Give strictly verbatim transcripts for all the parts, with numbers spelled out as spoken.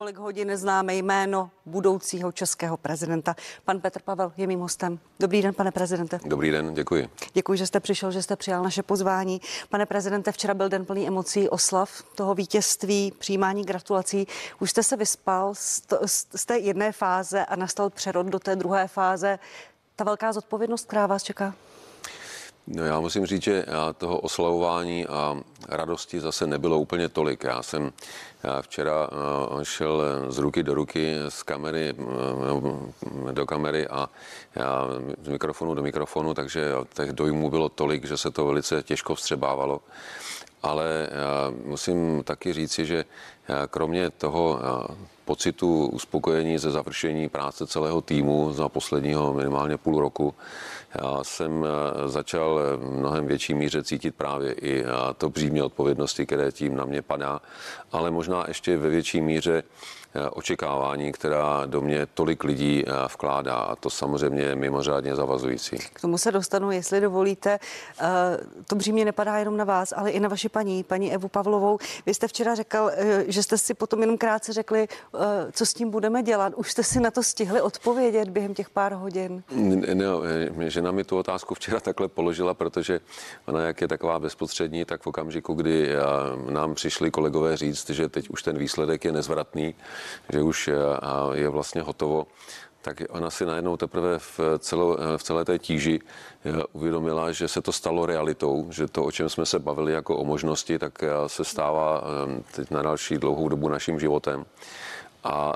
Kolik hodin známe jméno budoucího českého prezidenta. Pan Petr Pavel je mým hostem. Dobrý den, pane prezidente. Dobrý den, děkuji. Děkuji, že jste přišel, že jste přijal naše pozvání. Pane prezidente, včera byl den plný emocí, oslav toho vítězství, přijímání gratulací. Už jste se vyspal z té jedné fáze a nastal přerod do té druhé fáze. Ta velká zodpovědnost, která vás čeká? No, já musím říct, že toho oslavování a radosti zase nebylo úplně tolik. Já jsem včera šel z ruky do ruky, z kamery do kamery a z mikrofonu do mikrofonu, takže těch dojmů bylo tolik, že se to velice těžko vstřebávalo. Ale musím taky říci, že kromě toho pocitu uspokojení ze završení práce celého týmu za posledního minimálně půl roku, já jsem začal v mnohem větší míře cítit právě i to břímě odpovědnosti, které tím na mě padá, ale možná ještě ve větší míře očekávání, která do mě tolik lidí vkládá, a to samozřejmě je mimořádně zavazující. K tomu se dostanu, jestli dovolíte. To břímě nepadá jenom na vás, ale i na vaši paní, paní Evu Pavlovou. Vy jste včera řekl, že jste si potom jenom krátce řekli, co s tím budeme dělat. Už jste si na to stihli odpovědět během těch pár hodin? No, žena mi tu otázku včera takhle položila, protože ona, jak je taková bezprostřední, tak v okamžiku, kdy nám přišli kolegové říct, že teď už ten výsledek je nezvratný, že už je vlastně hotovo, tak ona si najednou teprve v, celo, v celé té tíži uvědomila, že se to stalo realitou, že to, o čem jsme se bavili jako o možnosti, tak se stává teď na další dlouhou dobu naším životem. A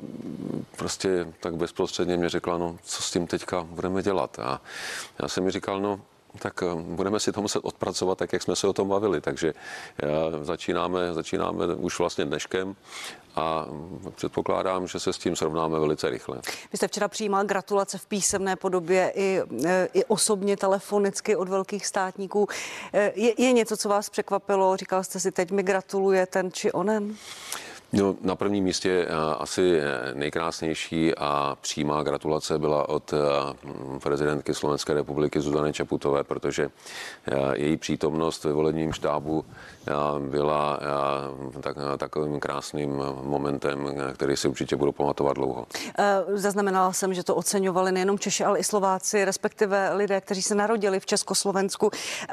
prostě tak bezprostředně mě řekla, no co s tím teďka budeme dělat. A já jsem mi říkal, no tak budeme si to muset odpracovat, tak jak jsme se o tom bavili. Takže začínáme, začínáme už vlastně dneškem a předpokládám, že se s tím srovnáme velice rychle. Vy jste včera přijímal gratulace v písemné podobě i, i osobně, telefonicky od velkých státníků. Je, je něco, co vás překvapilo? Říkal jste si, teď mi gratuluje ten či onen? No, na prvním místě asi nejkrásnější a přímá gratulace byla od prezidentky Slovenské republiky Zuzany Čaputové, protože její přítomnost ve volebním štábu byla tak, takovým krásným momentem, který si určitě budu pamatovat dlouho. Zaznamenala jsem, že to oceňovali nejenom Češi, ale i Slováci, respektive lidé, kteří se narodili v Československu.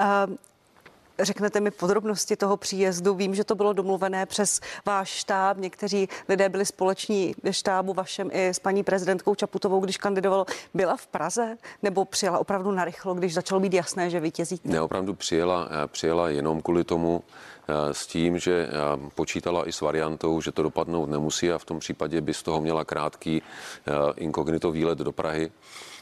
Řeknete mi podrobnosti toho příjezdu? Vím, že to bylo domluvené přes váš štáb. Někteří lidé byli společní ve štábu vašem i s paní prezidentkou Čaputovou, když kandidoval. Byla v Praze nebo přijela opravdu narychlo, když začalo být jasné, že vítězíte? Ne, opravdu přijela, přijela jenom kvůli tomu, s tím, že počítala i s variantou, že to dopadnout nemusí a v tom případě by z toho měla krátký inkognito výlet do Prahy.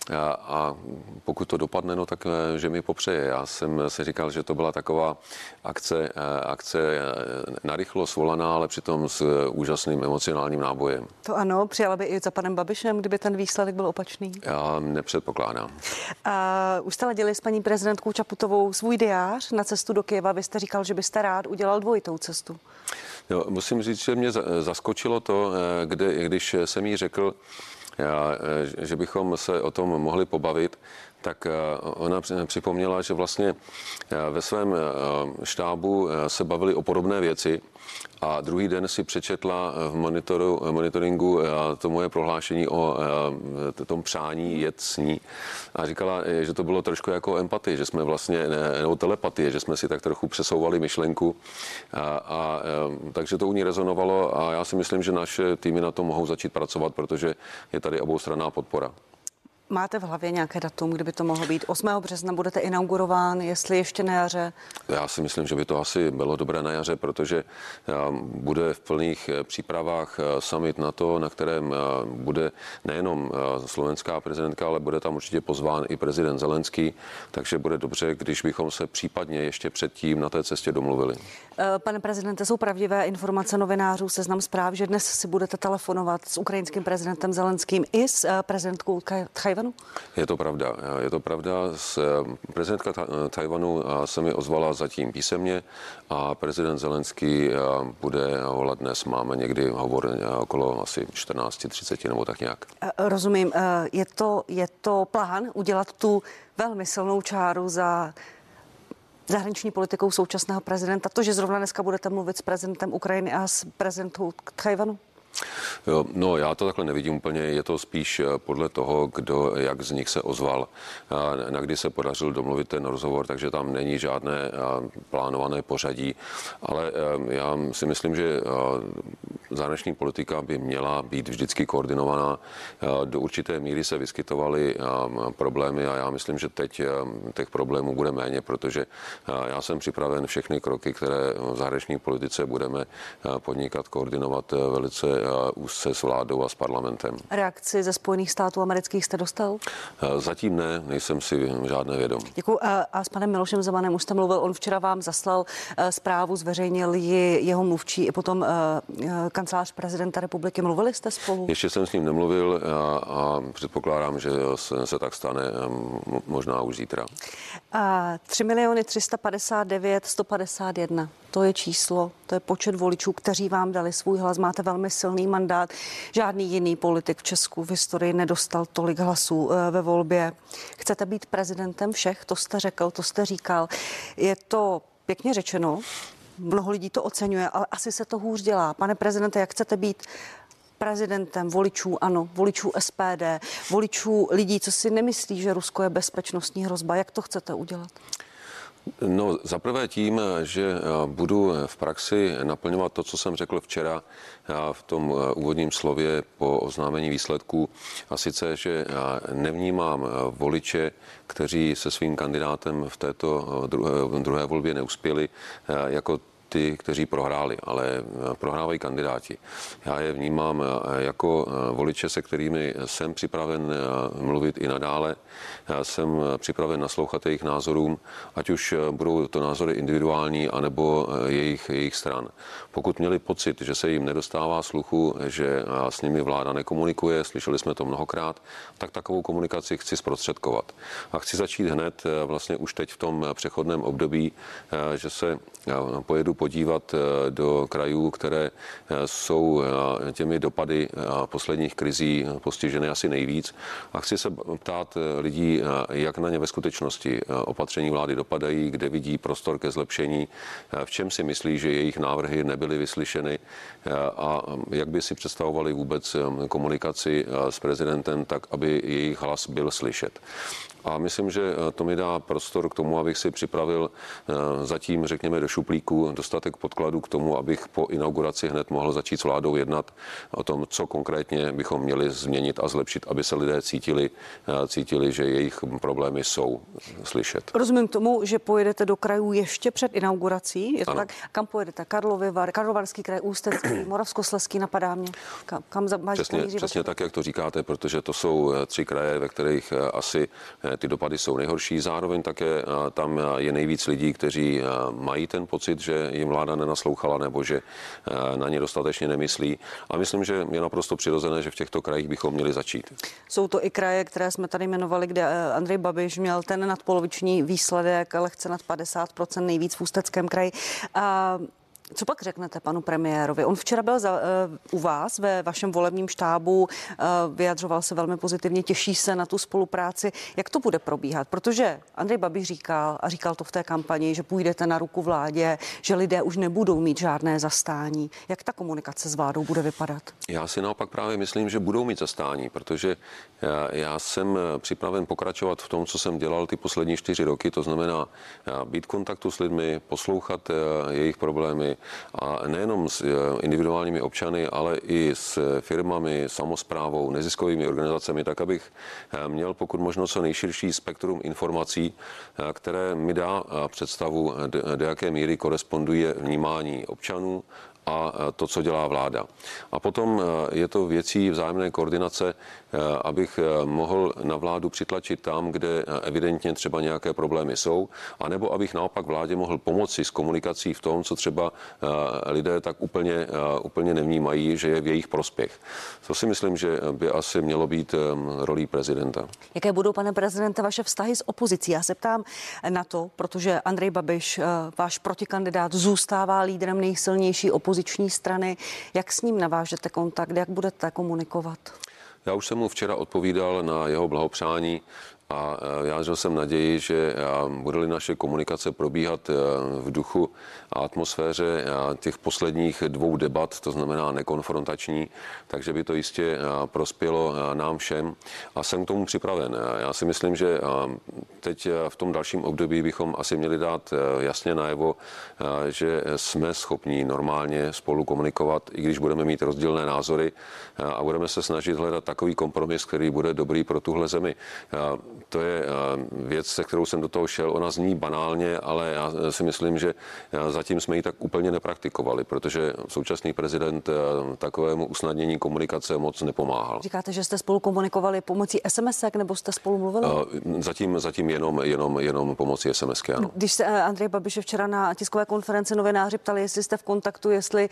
A pokud to dopadne, no tak, že mi popřeje. Já jsem si říkal, že to byla taková akce, akce narychlo svolaná, ale přitom s úžasným emocionálním nábojem. To ano, přijala by i za panem Babišem, kdyby ten výsledek byl opačný? Já nepředpokládám. A už jste ladili s paní prezidentkou Čaputovou svůj diář na cestu do Kyjeva. Vy jste říkal, že byste rád udělal dvojitou cestu. Jo, musím říct, že mě zaskočilo to, kde, když jsem jí řekl, Já, že bychom se o tom mohli pobavit, tak ona připomněla, že vlastně ve svém štábu se bavili o podobné věci a druhý den si přečetla v monitoru, monitoringu to moje prohlášení o tom přání jet s ní a říkala, že to bylo trošku jako empatie, že jsme vlastně, nebo telepatie, že jsme si tak trochu přesouvali myšlenku a, a takže to u ní rezonovalo a já si myslím, že naše týmy na to mohou začít pracovat, protože je tady oboustranná podpora. Máte v hlavě nějaké datum, kdyby to mohlo být? osmého března budete inaugurován, jestli ještě na jaře? Já si myslím, že by to asi bylo dobré na jaře, protože bude v plných přípravách summit NATO, na kterém bude nejenom slovenská prezidentka, ale bude tam určitě pozván i prezident Zelenský, takže bude dobře, když bychom se případně ještě předtím na té cestě domluvili. Pane prezidente, jsou pravdivé informace novinářů, Seznam Zpráv, že dnes si budete telefonovat s ukrajinským prezidentem Zelenským i s prezidentkou Tchajvanu? Je to pravda. Je to pravda. Prezidentka Tchajvanu se mi ozvala zatím písemně a prezident Zelenský bude volat dnes. Máme někdy hovor okolo asi čtrnáct třicet nebo tak nějak. Rozumím. Je to, je to plán udělat tu velmi silnou čáru za zahraniční politikou současného prezidenta? To, že zrovna dneska budete mluvit s prezidentem Ukrajiny a s prezidentou Tchajvanu? Jo, no, já to takhle nevidím úplně. Je to spíš podle toho, kdo, jak z nich se ozval, na kdy se podařil domluvit ten rozhovor, takže tam není žádné plánované pořadí. Ale já si myslím, že zahraniční politika by měla být vždycky koordinovaná. Do určité míry se vyskytovaly problémy a já myslím, že teď těch problémů bude méně, protože já jsem připraven všechny kroky, které v zahraniční politice budeme podnikat, koordinovat velice úzce s vládou a s parlamentem. Reakci ze Spojených států amerických jste dostal? Zatím ne, nejsem si žádné vědom. Děkuji. A s panem Milošem Zemanem už jste mluvil, on včera vám zaslal zprávu, zveřejnil ji jeho mluvčí i potom kancelář prezidenta republiky. Mluvili jste spolu? Ještě jsem s ním nemluvil a, a předpokládám, že se, se tak stane možná už zítra. tři miliony tři sta padesát devět sto padesát jedna. To je číslo, to je počet voličů, kteří vám dali svůj hlas. Máte velmi silný mandát. Žádný jiný politik v Česku v historii nedostal tolik hlasů ve volbě. Chcete být prezidentem všech? To jste řekl, to jste říkal. Je to pěkně řečeno. Mnoho lidí to oceňuje, ale asi se to hůř dělá. Pane prezidente, jak chcete být prezidentem voličů ANO, voličů S P D, voličů lidí, co si nemyslí, že Rusko je bezpečnostní hrozba? Jak to chcete udělat? No, zaprvé tím, že budu v praxi naplňovat to, co jsem řekl včera v tom úvodním slově po oznámení výsledků, a sice, že nevnímám voliče, kteří se svým kandidátem v této druhé volbě neuspěli, jako ty, kteří prohráli, ale prohrávají kandidáti. Já je vnímám jako voliče, se kterými jsem připraven mluvit i nadále. Já jsem připraven naslouchat jejich názorům, ať už budou to názory individuální, anebo jejich, jejich stran. Pokud měli pocit, že se jim nedostává sluchu, že s nimi vláda nekomunikuje, slyšeli jsme to mnohokrát, tak takovou komunikaci chci zprostředkovat. A chci začít hned vlastně už teď v tom přechodném období, že se pojedu podívat do krajů, které jsou těmi dopady posledních krizí postiženy asi nejvíc. A chci se ptát lidí, jak na ně ve skutečnosti opatření vlády dopadají, kde vidí prostor ke zlepšení, v čem si myslí, že jejich návrhy nebyly vyslyšeny a jak by si představovali vůbec komunikaci s prezidentem tak, aby jejich hlas byl slyšet. A myslím, že to mi dá prostor k tomu, abych si připravil zatím, řekněme, do šuplíku dostatek podkladů k tomu, abych po inauguraci hned mohl začít s vládou jednat o tom, co konkrétně bychom měli změnit a zlepšit, aby se lidé cítili, cítili, že jejich problémy jsou slyšet. Rozumím tomu, že pojedete do krajů ještě před inaugurací. Je to tak? Kam pojedete? Karlovy Vary, Karlovarský kraj, Ústecký, Moravskoslezský, napadá mě. Kam, kam přesně, přesně tak, jak to říkáte, protože to jsou tři kraje, ve kterých asi ty dopady jsou nejhorší. Zároveň také tam je nejvíc lidí, kteří mají ten pocit, že jim vláda nenaslouchala nebo že na ně dostatečně nemyslí. A myslím, že je naprosto přirozené, že v těchto krajích bychom měli začít. Jsou to i kraje, které jsme tady jmenovali, kde Andrej Babiš měl ten nadpoloviční výsledek, lehce nad padesát procent, nejvíc v Ústeckém kraji. A co pak řeknete panu premiérovi? On včera byl za, uh, u vás ve vašem volebním štábu, uh, vyjadřoval se velmi pozitivně, těší se na tu spolupráci. Jak to bude probíhat? Protože Andrej Babiš říkal, a říkal to v té kampani, že půjdete na ruku vládě, že lidé už nebudou mít žádné zastání. Jak ta komunikace s vládou bude vypadat? Já si naopak právě myslím, že budou mít zastání, protože já, já jsem připraven pokračovat v tom, co jsem dělal ty poslední čtyři roky, to znamená být v kontaktu s lidmi, poslouchat jejich problémy, a nejenom s individuálními občany, ale i s firmami, samosprávou, neziskovými organizacemi, tak abych měl pokud možno co nejširší spektrum informací, které mi dá představu, do jaké míry koresponduje vnímání občanů a to, co dělá vláda. A potom je to věcí vzájemné koordinace, abych mohl na vládu přitlačit tam, kde evidentně třeba nějaké problémy jsou, anebo abych naopak vládě mohl pomoci s komunikací v tom, co třeba lidé tak úplně, úplně nevnímají, že je v jejich prospěch. To si myslím, že by asi mělo být rolí prezidenta. Jaké budou, pane prezidente, vaše vztahy s opozicí? Já se ptám na to, protože Andrej Babiš, váš protikandidát, zůstává lídrem nejsilnější opoziční strany. Jak s ním navážete kontakt? Jak budete komunikovat? Já už jsem mu včera odpovídal na jeho blahopřání a vyjádřil jsem naději, že bude-li naše komunikace probíhat v duchu a atmosféře těch posledních dvou debat, to znamená nekonfrontační, takže by to jistě prospělo nám všem a jsem k tomu připraven. Já si myslím, že teď v tom dalším období bychom asi měli dát jasně najevo, že jsme schopni normálně spolu komunikovat, i když budeme mít rozdílné názory a budeme se snažit hledat takový kompromis, který bude dobrý pro tuhle zemi. To je věc, se kterou jsem do toho šel. Ona zní banálně, ale já si myslím, že zatím jsme ji tak úplně nepraktikovali, protože současný prezident takovému usnadnění komunikace moc nepomáhal. Říkáte, že jste spolu komunikovali pomocí SMSek, nebo jste spolu mluvili? Zatím, zatím jenom, jenom, jenom pomocí SMSky, ano. Když se Andrej Babiš včera na tiskové konferenci novináři ptali, jestli jste v kontaktu, jestli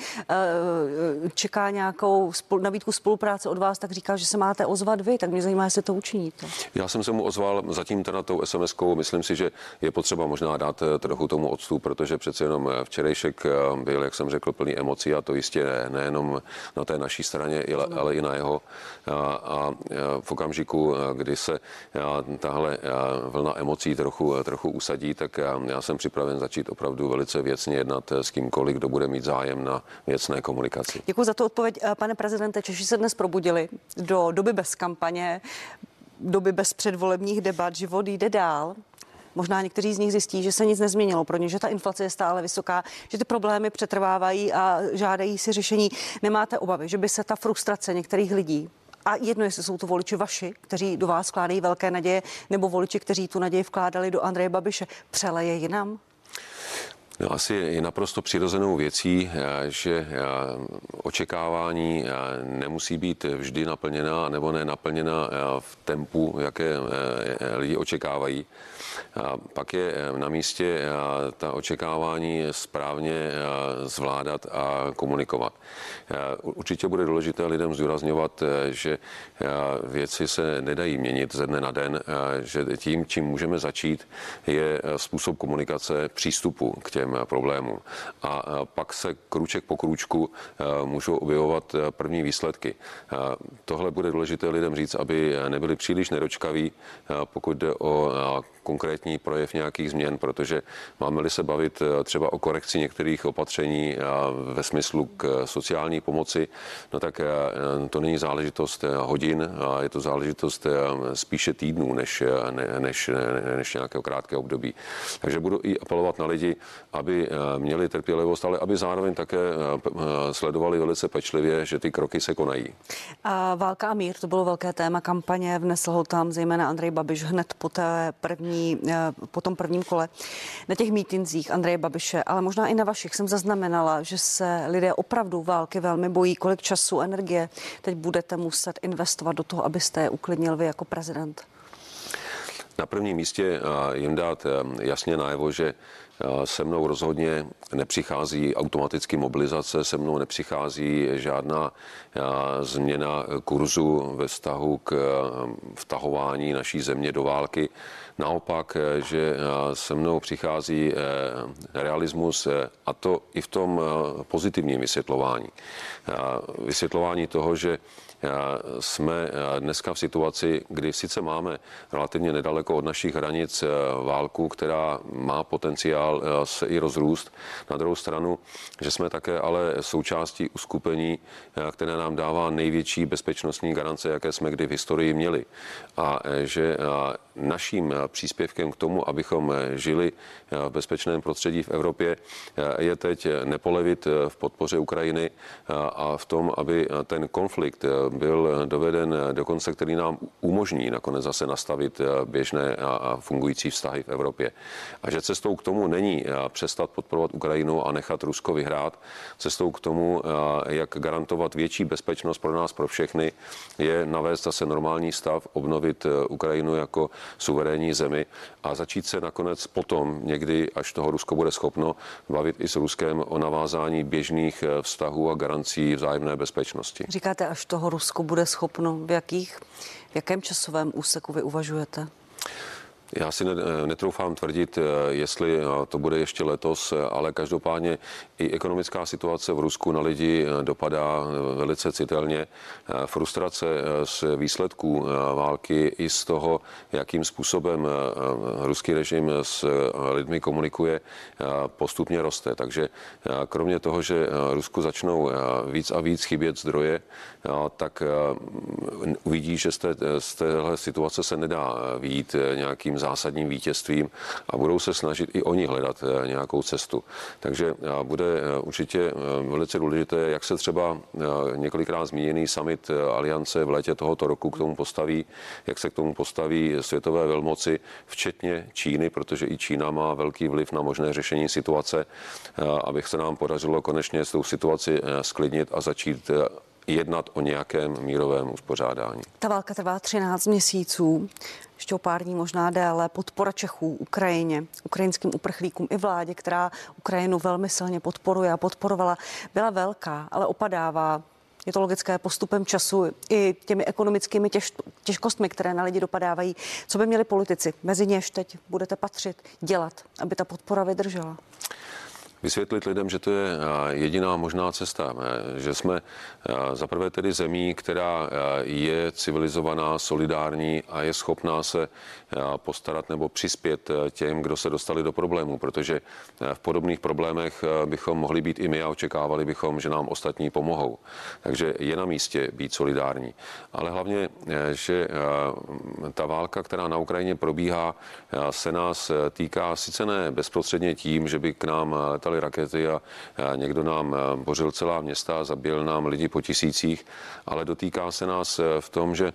uh, čeká nějakou spol- nabídku spolupráce od vás, tak říkal, že se máte ozvat vy, tak mě zajímá, jestli to učiníte. Já jsem se mu ozval zatím teda tou SMSkou, myslím si, že je potřeba možná dát trochu tomu odstup, protože přece jenom včerejšek byl, jak jsem řekl, plný emocí a to jistě nejenom na té naší straně, ale i na jeho. A, a v okamžiku, kdy se tahle vlna emocí trochu, trochu usadí, tak já jsem připraven začít opravdu velice věcně jednat s kýmkoliv, kdo bude mít zájem na věcné komunikaci. Děkuji za tu odpověď, pane prezidente. Češi se dnes probudili do doby bez kampaně, doby bez předvolebních debat, život jde dál. Možná někteří z nich zjistí, že se nic nezměnilo pro ně, že ta inflace je stále vysoká, že ty problémy přetrvávají a žádají si řešení. Nemáte obavy, že by se ta frustrace některých lidí, a jedno, jestli jsou to voliči vaši, kteří do vás vkládají velké naděje, nebo voliči, kteří tu naději vkládali do Andreje Babiše, přeleje jinam? No, asi je naprosto přirozenou věcí, že očekávání nemusí být vždy naplněna nebo nenaplněna v tempu, jaké lidi očekávají. A pak je na místě ta očekávání správně zvládat a komunikovat. Určitě bude důležité lidem zdůrazňovat, že věci se nedají měnit ze dne na den, že tím, čím můžeme začít, je způsob komunikace přístupu k těm problémům. A pak se krůček po krůčku můžou objevovat první výsledky. Tohle bude důležité lidem říct, aby nebyli příliš nedočkaví, pokud jde o konkrétní projev nějakých změn, protože máme-li se bavit třeba o korekci některých opatření ve smyslu k sociální pomoci, no tak to není záležitost hodin, je to záležitost spíše týdnů, než, než, než nějakého krátkého období. Takže budu i apelovat na lidi, aby měli trpělivost, ale aby zároveň také sledovali velice pečlivě, že ty kroky se konají. A válka a mír, to bylo velké téma kampaně, vnesl ho tam zejména Andrej Babiš hned po té první po tom prvním kole. Na těch mítinzích Andreje Babiše, ale možná i na vašich jsem zaznamenala, že se lidé opravdu války velmi bojí. Kolik času, energie teď budete muset investovat do toho, abyste je uklidnil vy jako prezident? Na prvním místě jim dát jasně najevo, že se mnou rozhodně nepřichází automaticky mobilizace, se mnou nepřichází žádná změna kurzu ve vztahu k vtahování naší země do války. Naopak, že se mnou přichází realismus, a to i v tom pozitivním vysvětlování. Vysvětlování toho, že jsme dneska v situaci, kdy sice máme relativně nedaleko od našich hranic válku, která má potenciál se i rozrůst. Na druhou stranu, že jsme také ale součástí uskupení, které nám dává největší bezpečnostní garance, jaké jsme kdy v historii měli. A že naším příspěvkem k tomu, abychom žili v bezpečném prostředí v Evropě, je teď nepolevit v podpoře Ukrajiny a v tom, aby ten konflikt byl doveden do konce, který nám umožní nakonec zase nastavit běžné a fungující vztahy v Evropě. A že cestou k tomu není přestat podporovat Ukrajinu a nechat Rusko vyhrát, cestou k tomu, jak garantovat větší bezpečnost pro nás, pro všechny, je navést zase normální stav, obnovit Ukrajinu jako suverénní zemi a začít se nakonec potom někdy, až toho Rusko bude schopno, bavit i s Ruskem o navázání běžných vztahů a garancí vzájemné bezpečnosti. Říkáte, až toho Rusko bude schopno. V jakých, v jakém časovém úseku vy uvažujete? Já si netroufám tvrdit, jestli to bude ještě letos, ale každopádně i ekonomická situace v Rusku na lidi dopadá velice citelně. Frustrace z výsledků války i z toho, jakým způsobem ruský režim s lidmi komunikuje, postupně roste. Takže kromě toho, že Rusku začnou víc a víc chybět zdroje, tak uvidí, že z, té, z téhle situace se nedá vyjít nějakým zásadním vítězstvím a budou se snažit i oni hledat nějakou cestu. Takže bude určitě velice důležité, jak se třeba několikrát zmíněný summit Aliance v létě tohoto roku k tomu postaví, jak se k tomu postaví světové velmoci, včetně Číny, protože i Čína má velký vliv na možné řešení situace, aby se nám podařilo konečně s tou situaci sklidnit a začít jednat o nějakém mírovém uspořádání. Ta válka trvá třináct měsíců, ještě o pár dní možná déle. Podpora Čechů Ukrajině, ukrajinským uprchlíkům i vládě, která Ukrajinu velmi silně podporuje a podporovala, byla velká, ale opadává. Je to logické postupem času i těmi ekonomickými těž, těžkostmi, které na lidi dopadávají. Co by měli politici, mezi něž teď budete patřit, dělat, aby ta podpora vydržela? Vysvětlit lidem, že to je jediná možná cesta, že jsme zaprvé tedy zemí, která je civilizovaná, solidární a je schopná se postarat nebo přispět těm, kdo se dostali do problémů, protože v podobných problémech bychom mohli být i my a očekávali bychom, že nám ostatní pomohou. Takže je na místě být solidární. Ale hlavně, že ta válka, která na Ukrajině probíhá, se nás týká sice ne bezprostředně tím, že by k nám letaly rakety a někdo nám bořil celá města, zabil nám lidi po tisících, ale dotýká se nás v tom, že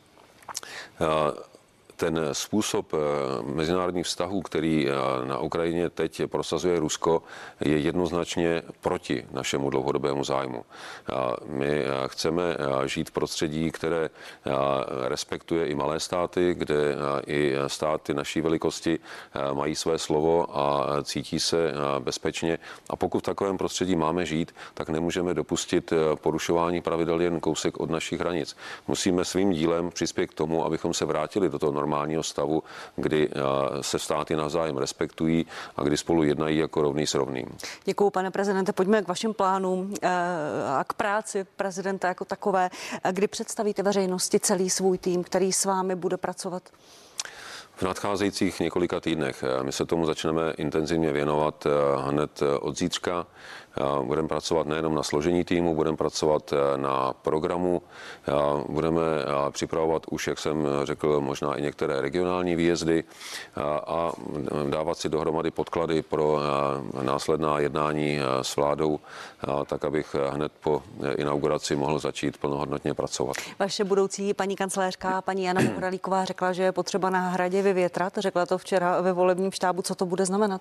ten způsob mezinárodních vztahů, který na Ukrajině teď prosazuje Rusko, je jednoznačně proti našemu dlouhodobému zájmu. My chceme žít v prostředí, které respektuje i malé státy, kde i státy naší velikosti mají své slovo a cítí se bezpečně. A pokud v takovém prostředí máme žít, tak nemůžeme dopustit porušování pravidel jen kousek od našich hranic. Musíme svým dílem přispět k tomu, abychom se vrátili do toho normálního stavu, kdy se státy navzájem respektují a kdy spolu jednají jako rovný s rovným. Děkuju, pane prezidente. Pojďme k vašim plánům a k práci prezidenta jako takové. Kdy představíte veřejnosti celý svůj tým, který s vámi bude pracovat? V nadcházejících několika týdnech. My se tomu začneme intenzivně věnovat hned od zítřka. Budeme pracovat nejenom na složení týmu, budeme pracovat na programu, budeme připravovat už, jak jsem řekl, možná i některé regionální výjezdy a dávat si dohromady podklady pro následná jednání s vládou, tak abych hned po inauguraci mohl začít plnohodnotně pracovat. Vaše budoucí paní kancléřka, paní Jana Michalik řekla, že je potřeba na Hradě vyvětrat. Řekla to včera ve volebním štábu. Co to bude znamenat?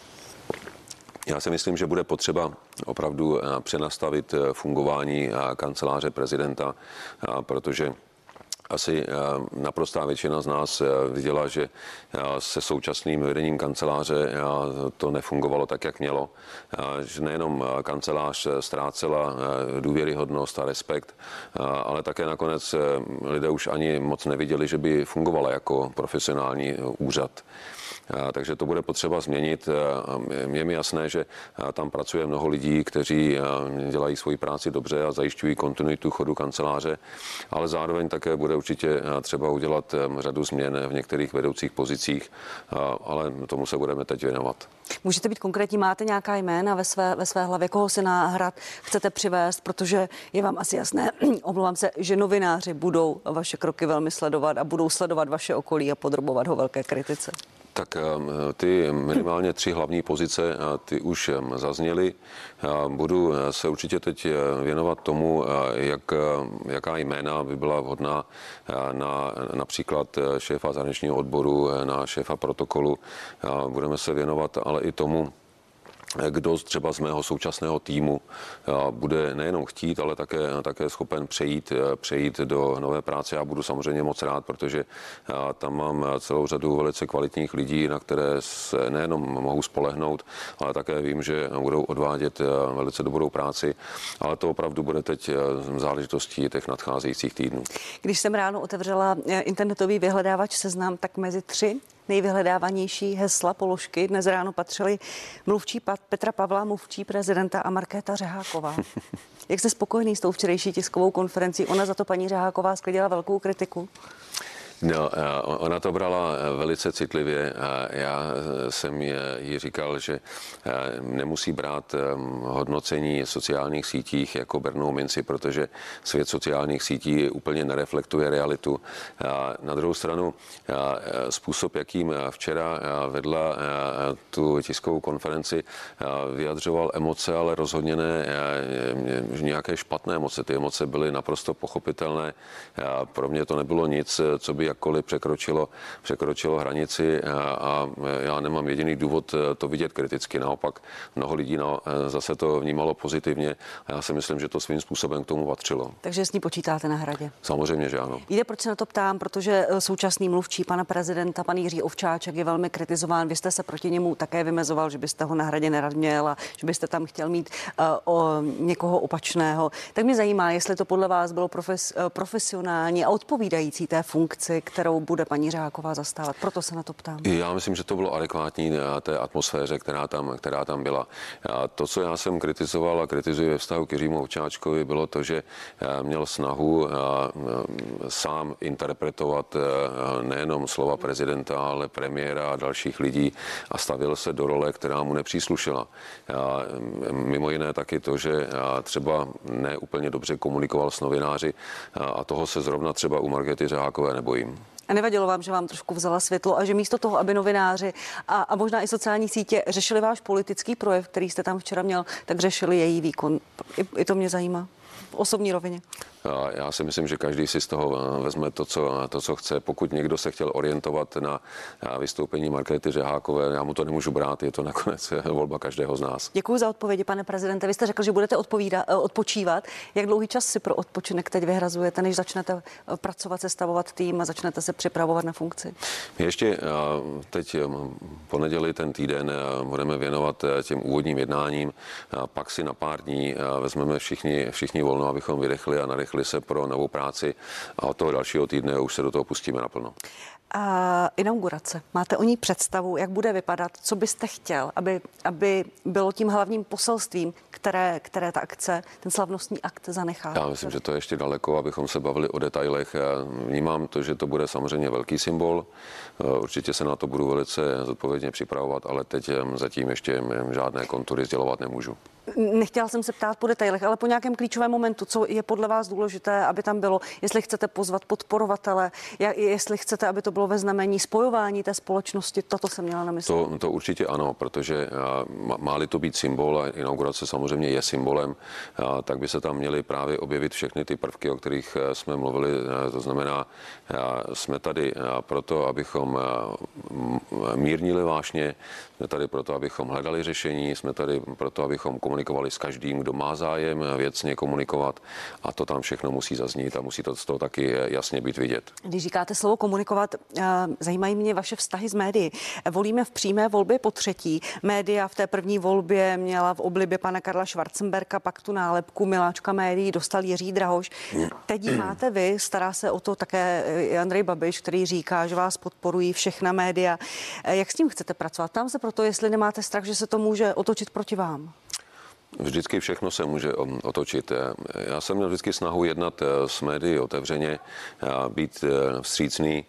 Já si myslím, že bude potřeba opravdu přenastavit fungování kanceláře prezidenta, protože asi naprostá většina z nás viděla, že se současným vedením kanceláře to nefungovalo tak, jak mělo. Že nejenom kancelář ztrácela důvěryhodnost a respekt, ale také nakonec lidé už ani moc neviděli, že by fungovala jako profesionální úřad. Takže to bude potřeba změnit. Je mi jasné, že tam pracuje mnoho lidí, kteří dělají svoji práci dobře a zajišťují kontinuitu chodu kanceláře, ale zároveň také bude určitě třeba udělat řadu změn v některých vedoucích pozicích, ale tomu se budeme teď věnovat. Můžete být konkrétní, máte nějaká jména ve své, ve své hlavě, koho si na Hrad chcete přivést, protože je vám asi jasné, omlouvám se, že novináři budou vaše kroky velmi sledovat a budou sledovat vaše okolí a podrobovat ho velké kritice. Tak ty minimálně tři hlavní pozice, ty už zazněly. Budu se určitě teď věnovat tomu, jak, jaká jména by byla vhodná na například šéfa zahraničního odboru, na šéfa protokolu. Budeme se věnovat ale i tomu, kdo třeba z mého současného týmu bude nejenom chtít, ale také, také schopen přejít, přejít do nové práce. Já budu samozřejmě moc rád, protože tam mám celou řadu velice kvalitních lidí, na které se nejenom mohu spolehnout, ale také vím, že budou odvádět velice dobrou práci. Ale to opravdu bude teď záležitostí těch nadcházejících týdnů. Když jsem ráno otevřela internetový vyhledávač Seznam, tak mezi tři nejvyhledávanější hesla položky. Dnes ráno patřili mluvčí Petra Pavla, mluvčí prezidenta a Markéta Řeháková. Jak jste spokojený s tou včerejší tiskovou konferencí? Ona za to paní Řeháková sklidila velkou kritiku. No, ona to brala velice citlivě. Já jsem jí říkal, že nemusí brát hodnocení sociálních sítích jako bernou minci, protože svět sociálních sítí úplně nereflektuje realitu. Na druhou stranu způsob, jakým včera vedla tu tiskovou konferenci, vyjadřoval emoce, ale rozhodně ne nějaké špatné emoce. Ty emoce byly naprosto pochopitelné. Pro mě to nebylo nic, co by jakkoliv překročilo, překročilo hranici a já nemám jediný důvod to vidět kriticky. Naopak mnoho lidí na, zase to vnímalo pozitivně a já si myslím, že to svým způsobem k tomu patřilo. Takže s ní počítáte na Hradě? Samozřejmě, že ano. Víte, proč se na to ptám? Protože současný mluvčí pana prezidenta, pan Jiří Ovčáček, je velmi kritizován. Vy jste se proti němu také vymezoval, že byste ho na Hradě nerad měl a že byste tam chtěl mít uh, o někoho opačného. Tak mě zajímá, jestli to podle vás bylo profes, uh, profesionální a odpovídající té funkci, kterou bude paní Řeháková zastávat. Proto se na to ptám. Já myslím, že to bylo adekvátní té atmosféře, která tam, která tam byla. A to, co já jsem kritizoval a kritizuji ve vztahu k Jiřímu Ovčáčkovi, bylo to, že měl snahu sám interpretovat nejenom slova prezidenta, ale premiéra a dalších lidí a stavil se do role, která mu nepříslušela. A mimo jiné taky to, že třeba ne úplně dobře komunikoval s novináři a toho se zrovna třeba u Markéty Řehákové nebojím. A nevadilo vám, že vám trošku vzala světlo a že místo toho, aby novináři a, a možná i sociální sítě řešili váš politický projev, který jste tam včera měl, tak řešili její výkon. I, i to mě zajímá. V osobní rovině. Já si myslím, že každý si z toho vezme to, co, to, co chce. Pokud někdo se chtěl orientovat na vystoupení Markéty Řehákové, já mu to nemůžu brát, je to nakonec volba každého z nás. Děkuji za odpovědi, pane prezidente. Vy jste řekl, že budete odpovídat, odpočívat. Jak dlouhý čas si pro odpočinek teď vyhrazujete, než začnete pracovat, sestavovat tým a začnete se připravovat na funkci? Ještě teď po neděli ten týden budeme věnovat těm úvodním jednáním, pak si na pár dní vezmeme všichni, všichni volno, abychom vydechli a narychli se pro novou práci a od toho dalšího týdne už se do toho pustíme naplno. A inaugurace. Máte o ní představu, jak bude vypadat, co byste chtěl, aby, aby bylo tím hlavním poselstvím, které, které ta akce, ten slavnostní akt zanechá? Já myslím, že to je ještě daleko, abychom se bavili o detailech. Vnímám to, že to bude samozřejmě velký symbol. Určitě se na to budu velice zodpovědně připravovat, ale teď zatím ještě žádné kontury sdělovat nemůžu. Nechtěla jsem se ptát po detailech, ale po nějakém klíčovém momentu, co je podle vás důležité, aby tam bylo, jestli chcete pozvat podporovatele, jestli chcete, aby to bylo ve znamení spojování té společnosti, toto jsem měla na mysli. To, to určitě ano, protože má-li to být symbol, a inaugurace samozřejmě je symbolem, tak by se tam měly právě objevit všechny ty prvky, o kterých jsme mluvili. To znamená, jsme tady proto, abychom mírnili vášně, jsme tady proto, abychom hledali řešení, jsme tady proto, abychom komunikovali s každým, kdo má zájem věcně komunikovat a to tam všechno musí zaznít a musí to z toho taky jasně být vidět. Když říkáte slovo komunikovat, zajímají mě vaše vztahy s médií. Volíme v přímé volbě po třetí. Média v té první volbě měla v oblibě pana Karla Schwarzenberga, pak tu nálepku miláčka médií dostal Jiří Drahoš. Teď ji máte vy, stará se o to také Andrej Babiš, který říká, že vás podporují všechna média. Jak s tím chcete pracovat? Tam se proto, jestli nemáte strach, že se to může otočit proti vám. Vždycky všechno se může otočit. Já jsem měl vždycky snahu jednat s médií otevřeně, být vstřícný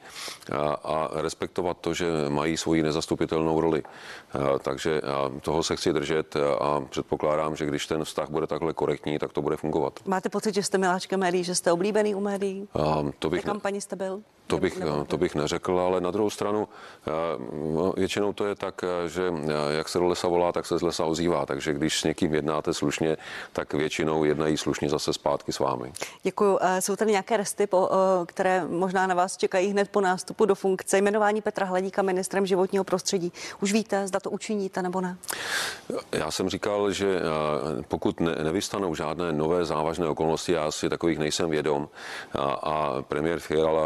a respektovat to, že mají svoji nezastupitelnou roli. Takže toho se chci držet a předpokládám, že když ten vztah bude takhle korektní, tak to bude fungovat. Máte pocit, že jste miláčkem médií, že jste oblíbený u médií? To bych v kampani jste byl? To bych, to bych neřekl, ale na druhou stranu většinou to je tak, že jak se do lesa volá, tak se z lesa ozývá. Takže když s někým jednáte slušně, tak většinou jednají slušně zase zpátky s vámi. Děkuju. Jsou tady nějaké resty, které možná na vás čekají hned po nástupu do funkce? Jmenování Petra Hladíka ministrem životního prostředí. Už víte, zda to učiníte nebo ne? Já jsem říkal, že pokud ne, nevystanou žádné nové závažné okolnosti, já si takových nejsem vědom a, a premiér Fiala bude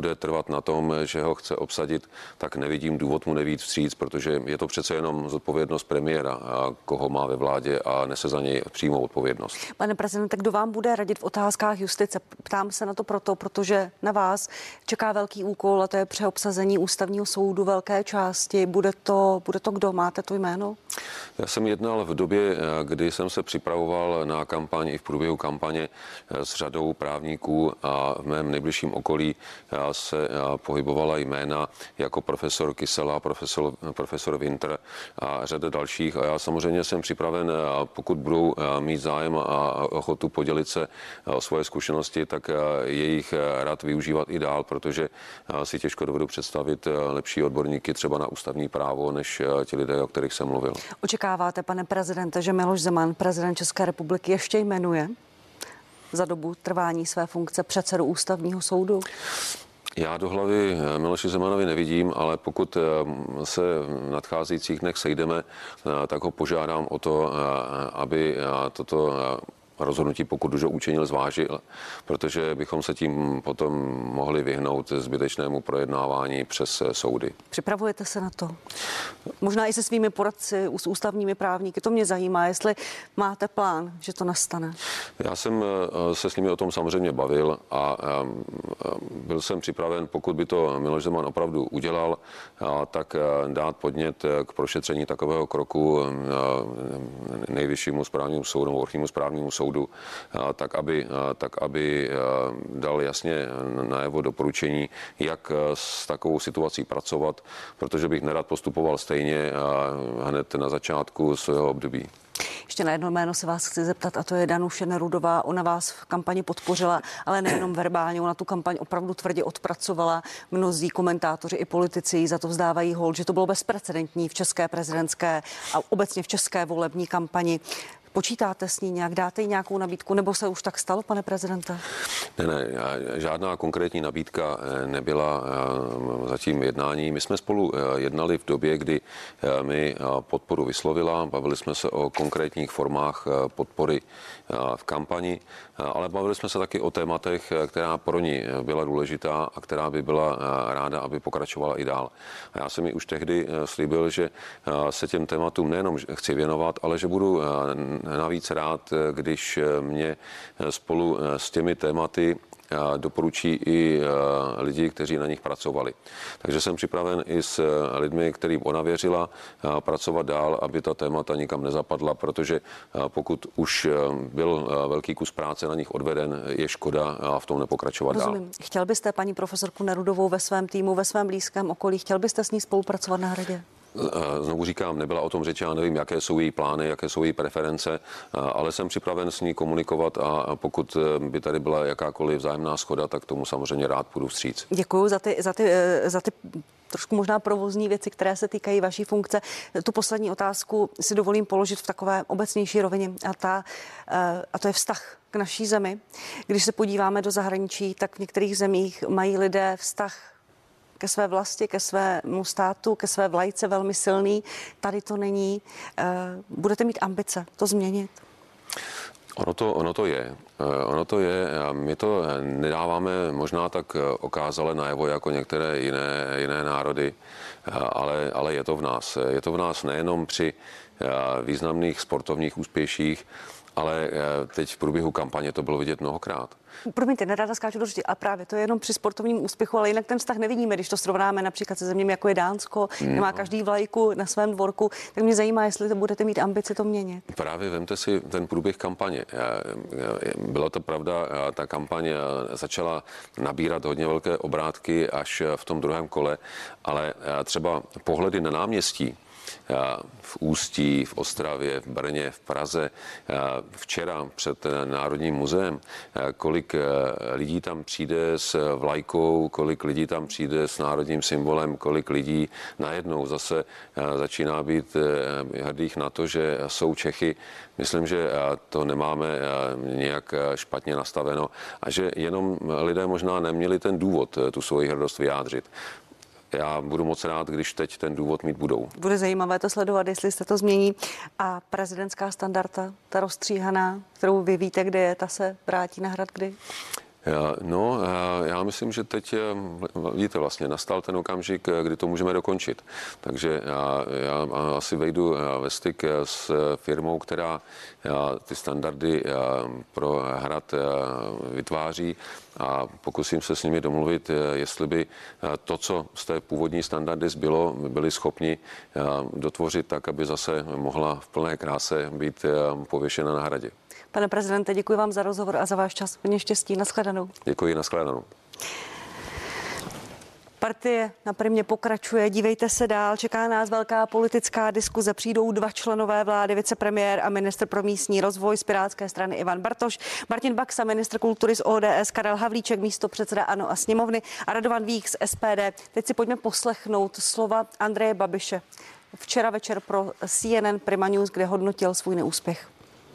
bude trvat na tom, že ho chce obsadit, tak nevidím důvod mu nevíc vstříc, protože je to přece jenom zodpovědnost premiéra, a koho má ve vládě a nese za něj přímou odpovědnost. Pane prezidente, kdo vám bude radit v otázkách justice? Ptám se na to proto, protože na vás čeká velký úkol a to je přeobsazení ústavního soudu velké části. Bude to, bude to kdo? Máte to jméno? Já jsem jednal v době, kdy jsem se připravoval na kampaň i v průběhu kampaně s řadou právníků a v mém nejbližším okolí se pohybovala jména jako profesor Kysela, profesor, profesor Winter a řada dalších. A já samozřejmě jsem připraven, pokud budou mít zájem a ochotu podělit se o svoje zkušenosti, tak jejich rad využívat i dál, protože si těžko dovedu představit lepší odborníky třeba na ústavní právo, než ti lidé, o kterých jsem mluvil. Očekáváte, pane prezidente, že Miloš Zeman, prezident České republiky, ještě jmenuje za dobu trvání své funkce předsedu ústavního soudu? Já do hlavy Miloši Zemanovi nevidím, ale pokud se v nadcházejících dnech sejdeme, tak ho požádám o to, aby toto rozhodnutí, pokud už ho učinil, zvážil, protože bychom se tím potom mohli vyhnout zbytečnému projednávání přes soudy. Připravujete se na to? Možná i se svými poradci, s ústavními právníky. To mě zajímá, jestli máte plán, že to nastane. Já jsem se s nimi o tom samozřejmě bavil a byl jsem připraven, pokud by to Miloš Zeman opravdu udělal, tak dát podnět k prošetření takového kroku nejvyššímu správnímu soudu, nebo vrchnímu správnímu soudu, tak aby, tak aby dal jasně najevo doporučení, jak s takovou situací pracovat, protože bych nerad postupoval stejně hned na začátku svého období. Ještě na jedno jméno se vás chci zeptat, a to je Danuše Nerudová. Ona vás v kampani podpořila, ale nejenom verbálně, ona tu kampaň opravdu tvrdě odpracovala. Mnozí komentátoři i politici jí za to vzdávají hold, že to bylo bezprecedentní v české prezidentské a obecně v české volební kampani. Počítáte s ní nějak, dáte jí nějakou nabídku, nebo se už tak stalo, pane prezidente? Ne, ne, žádná konkrétní nabídka nebyla zatím jednání. My jsme spolu jednali v době, kdy mi podporu vyslovila, bavili jsme se o konkrétních formách podpory v kampani, ale bavili jsme se taky o tématech, která pro ní byla důležitá a která by byla ráda, aby pokračovala i dál. A já jsem mi už tehdy slíbil, že se těm tématům nejenom chci věnovat, ale že budu navíc rád, když mě spolu s těmi tématy doporučí i lidi, kteří na nich pracovali. Takže jsem připraven i s lidmi, kterým ona věřila, pracovat dál, aby ta témata nikam nezapadla, protože pokud už byl velký kus práce na nich odveden, je škoda v tom nepokračovat Rozumím. dál. Chtěl byste paní profesorku Nerudovou ve svém týmu, ve svém blízkém okolí, chtěl byste s ní spolupracovat na Hradě? Znovu říkám, nebyla o tom řeč, já nevím, jaké jsou její plány, jaké jsou její preference, ale jsem připraven s ní komunikovat a pokud by tady byla jakákoliv vzájemná shoda, tak tomu samozřejmě rád půjdu vstříc. Děkuju za ty, za ty, za ty trošku možná provozní věci, které se týkají vaší funkce. Tu poslední otázku si dovolím položit v takové obecnější rovině a, ta, a to je vztah k naší zemi. Když se podíváme do zahraničí, tak v některých zemích mají lidé vztah ke své vlasti, ke svému státu, ke své vlajce velmi silný. Tady to není. Budete mít ambice to změnit? Ono to, ono to je. Ono to je. My to nedáváme možná tak okázale najevo jako některé jiné, jiné národy, ale, ale je to v nás. Je to v nás nejenom při významných sportovních úspěších, ale teď v průběhu kampaně to bylo vidět mnohokrát. Promiňte, neráda skáču do řeči, a právě to je jenom při sportovním úspěchu, ale jinak ten vztah nevidíme, když to srovnáme například se zeměmi, jako je Dánsko, kde má každý vlajku na svém dvorku, tak mě zajímá, jestli to budete mít ambici to měnit. Právě vemte si ten průběh kampaně. Byla to pravda, ta kampaň začala nabírat hodně velké obrátky až v tom druhém kole, ale třeba pohledy na náměstí, v Ústí, v Ostravě, v Brně, v Praze, včera před Národním muzeem, kolik lidí tam přijde s vlajkou, kolik lidí tam přijde s národním symbolem, kolik lidí najednou zase začíná být hrdých na to, že jsou Čechy. Myslím, že to nemáme nějak špatně nastaveno a že jenom lidé možná neměli ten důvod tu svoji hrdost vyjádřit. Já budu moc rád, když teď ten důvod mít budou. Bude zajímavé to sledovat, jestli se to změní. A prezidentská standarda, ta rozstříhaná, kterou vy víte, kde je, ta se vrátí na Hrad kdy? No, já myslím, že teď, vidíte, vlastně nastal ten okamžik, kdy to můžeme dokončit. Takže já, já asi vejdu ve styk s firmou, která ty standardy pro hrad vytváří a pokusím se s nimi domluvit, jestli by to, co z té původní standardy zbylo, byli schopni dotvořit tak, aby zase mohla v plné kráse být pověšena na hradě. Pane prezidente, děkuji vám za rozhovor a za váš čas. Hodně štěstí. Nashledanou. Děkuji, nashledanou. Partie na Primě pokračuje, dívejte se dál, čeká nás velká politická diskuze. Přijdou dva členové vlády, vicepremiér a ministr pro místní rozvoj z Pirátské strany Ivan Bartoš, Martin Baxa, ministr kultury z O D S, Karel Havlíček, místopředseda ANO a sněmovny a Radovan Vích z S P D. Teď si pojďme poslechnout slova Andreje Babiše včera večer pro C N N Prima News, kde hodnotil svůj neúspěch.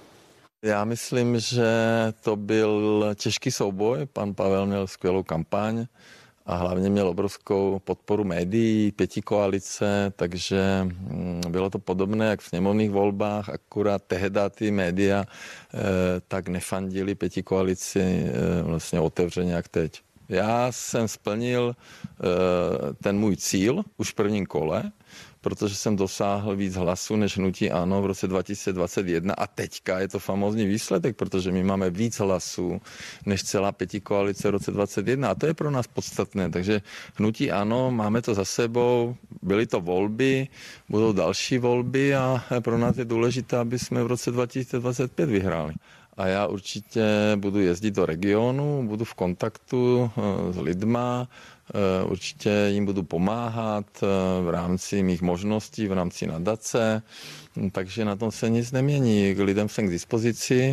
Já myslím, že to byl těžký souboj. Pan Pavel měl skvělou kampaň a hlavně měl obrovskou podporu médií, pětikoalice, takže bylo to podobné jak v sněmovních volbách, akurát tehdy ty média eh, tak nefandili pětikoalici eh, vlastně otevřeně jak teď. Já jsem splnil eh, ten můj cíl už v prvním kole, protože jsem dosáhl víc hlasů než hnutí ANO v roce dva tisíce dvacet jedna a teďka je to famózní výsledek, protože my máme víc hlasů než celá pětikoalice v roce dvacet jedna a to je pro nás podstatné, takže hnutí ANO, máme to za sebou, byly to volby, budou další volby a pro nás je důležité, aby jsme v roce dva tisíce dvacet pět vyhráli. A já určitě budu jezdit do regionu, budu v kontaktu s lidma, určitě jim budu pomáhat v rámci mých možností, v rámci nadace, takže na tom se nic nemění. K lidem jsem k dispozici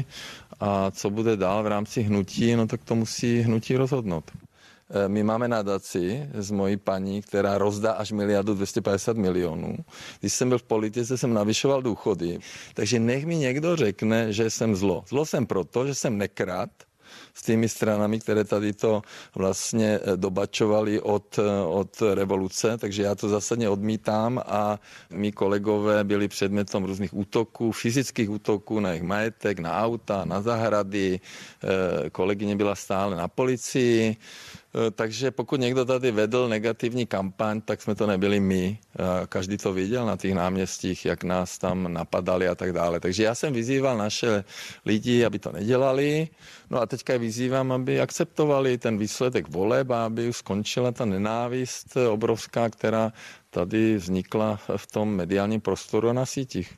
a co bude dál v rámci hnutí, no tak to musí hnutí rozhodnout. My máme nadaci s mojí paní, která rozdá až miliardu dvě stě padesát milionů. Když jsem byl v politice, jsem navyšoval důchody. Takže nech mi někdo řekne, že jsem zlo. Zlo jsem proto, že jsem nekrad s těmi stranami, které tady to vlastně dobačovali od, od revoluce, takže já to zásadně odmítám a mý kolegové byli předmětem různých útoků, fyzických útoků na jejich majetek, na auta, na zahrady, kolegyně byla stále na policii, takže pokud někdo tady vedl negativní kampaň, tak jsme to nebyli my. Každý to viděl na těch náměstích, jak nás tam napadali a tak dále. Takže já jsem vyzýval naše lidi, aby to nedělali. No a teďka vyzývám, aby akceptovali ten výsledek voleb a aby už skončila ta nenávist obrovská, která tady vznikla v tom mediálním prostoru a na sítích.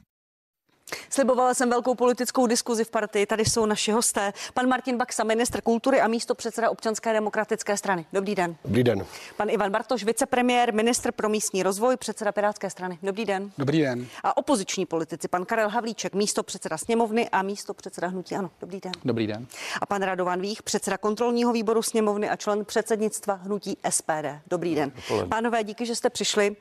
Slibovala jsem velkou politickou diskuzi v partii. Tady jsou naši hosté. Pan Martin Baxa, ministr kultury a místopředseda Občanské demokratické strany. Dobrý den. Dobrý den. Pan Ivan Bartoš, vicepremiér, ministr pro místní rozvoj, předseda Pirátské strany. Dobrý den. Dobrý den. A opoziční politici, pan Karel Havlíček, místopředseda sněmovny a místopředseda hnutí ANO. Dobrý den. Dobrý den. A pan Radovan Vích, předseda kontrolního výboru sněmovny a člen předsednictva hnutí S P D. Dobrý den. Dopoledne. Pánové, díky, že jste přišli.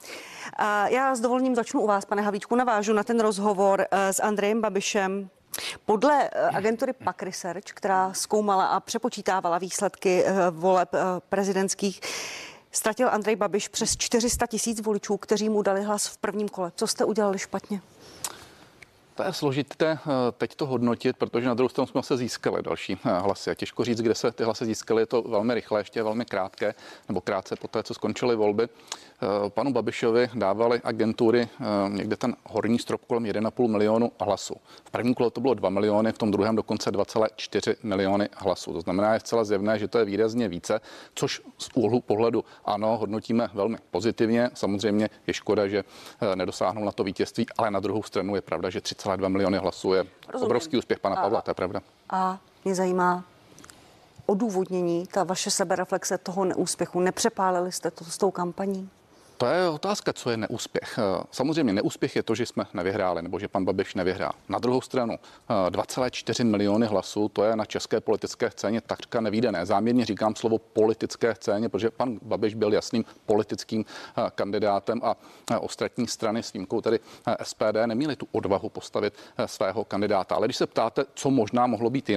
A já s dovolením začnu u vás, pane Havlíčku, navážu na ten rozhovor s Andrejem Babišem. Podle agentury P A C Research, která zkoumala a přepočítávala výsledky voleb prezidentských, ztratil Andrej Babiš přes čtyři sta tisíc voličů, kteří mu dali hlas v prvním kole. Co jste udělali špatně? To je složité teď to hodnotit, protože na druhou stranu jsme se získali další hlasy. A těžko říct, kde se ty hlasy získaly, je to velmi rychle, ještě velmi krátké, nebo krátce po té, co skončily volby. Panu Babišovi dávali agentury někde ten horní strop kolem jedna celá pět milionu hlasů. V prvním kole to bylo dva miliony, v tom druhém dokonce dva celé čtyři miliony hlasů. To znamená, je zcela zjevné, že to je výrazně více, což z úhlu pohledu ano, hodnotíme velmi pozitivně. Samozřejmě je škoda, že nedosáhnou na to vítězství, ale na druhou stranu je pravda, že tři celé dva miliony hlasů je Rozumím. obrovský úspěch pana a, Pavla, to je pravda. A mě zajímá odůvodnění, ta vaše sebereflexe toho neúspěchu. Nepřepálili jste to s tou kampaní? To je otázka, co je neúspěch. Samozřejmě neúspěch je to, že jsme nevyhráli, nebo že pan Babiš nevyhrál. Na druhou stranu dva celé čtyři miliony hlasů, to je na české politické scéně takřka nevídané. Záměrně říkám slovo politické scéně, protože pan Babiš byl jasným politickým kandidátem a ostatní strany s výjimkou tedy S P D neměli tu odvahu postavit svého kandidáta. Ale když se ptáte, co možná mohlo být jinak,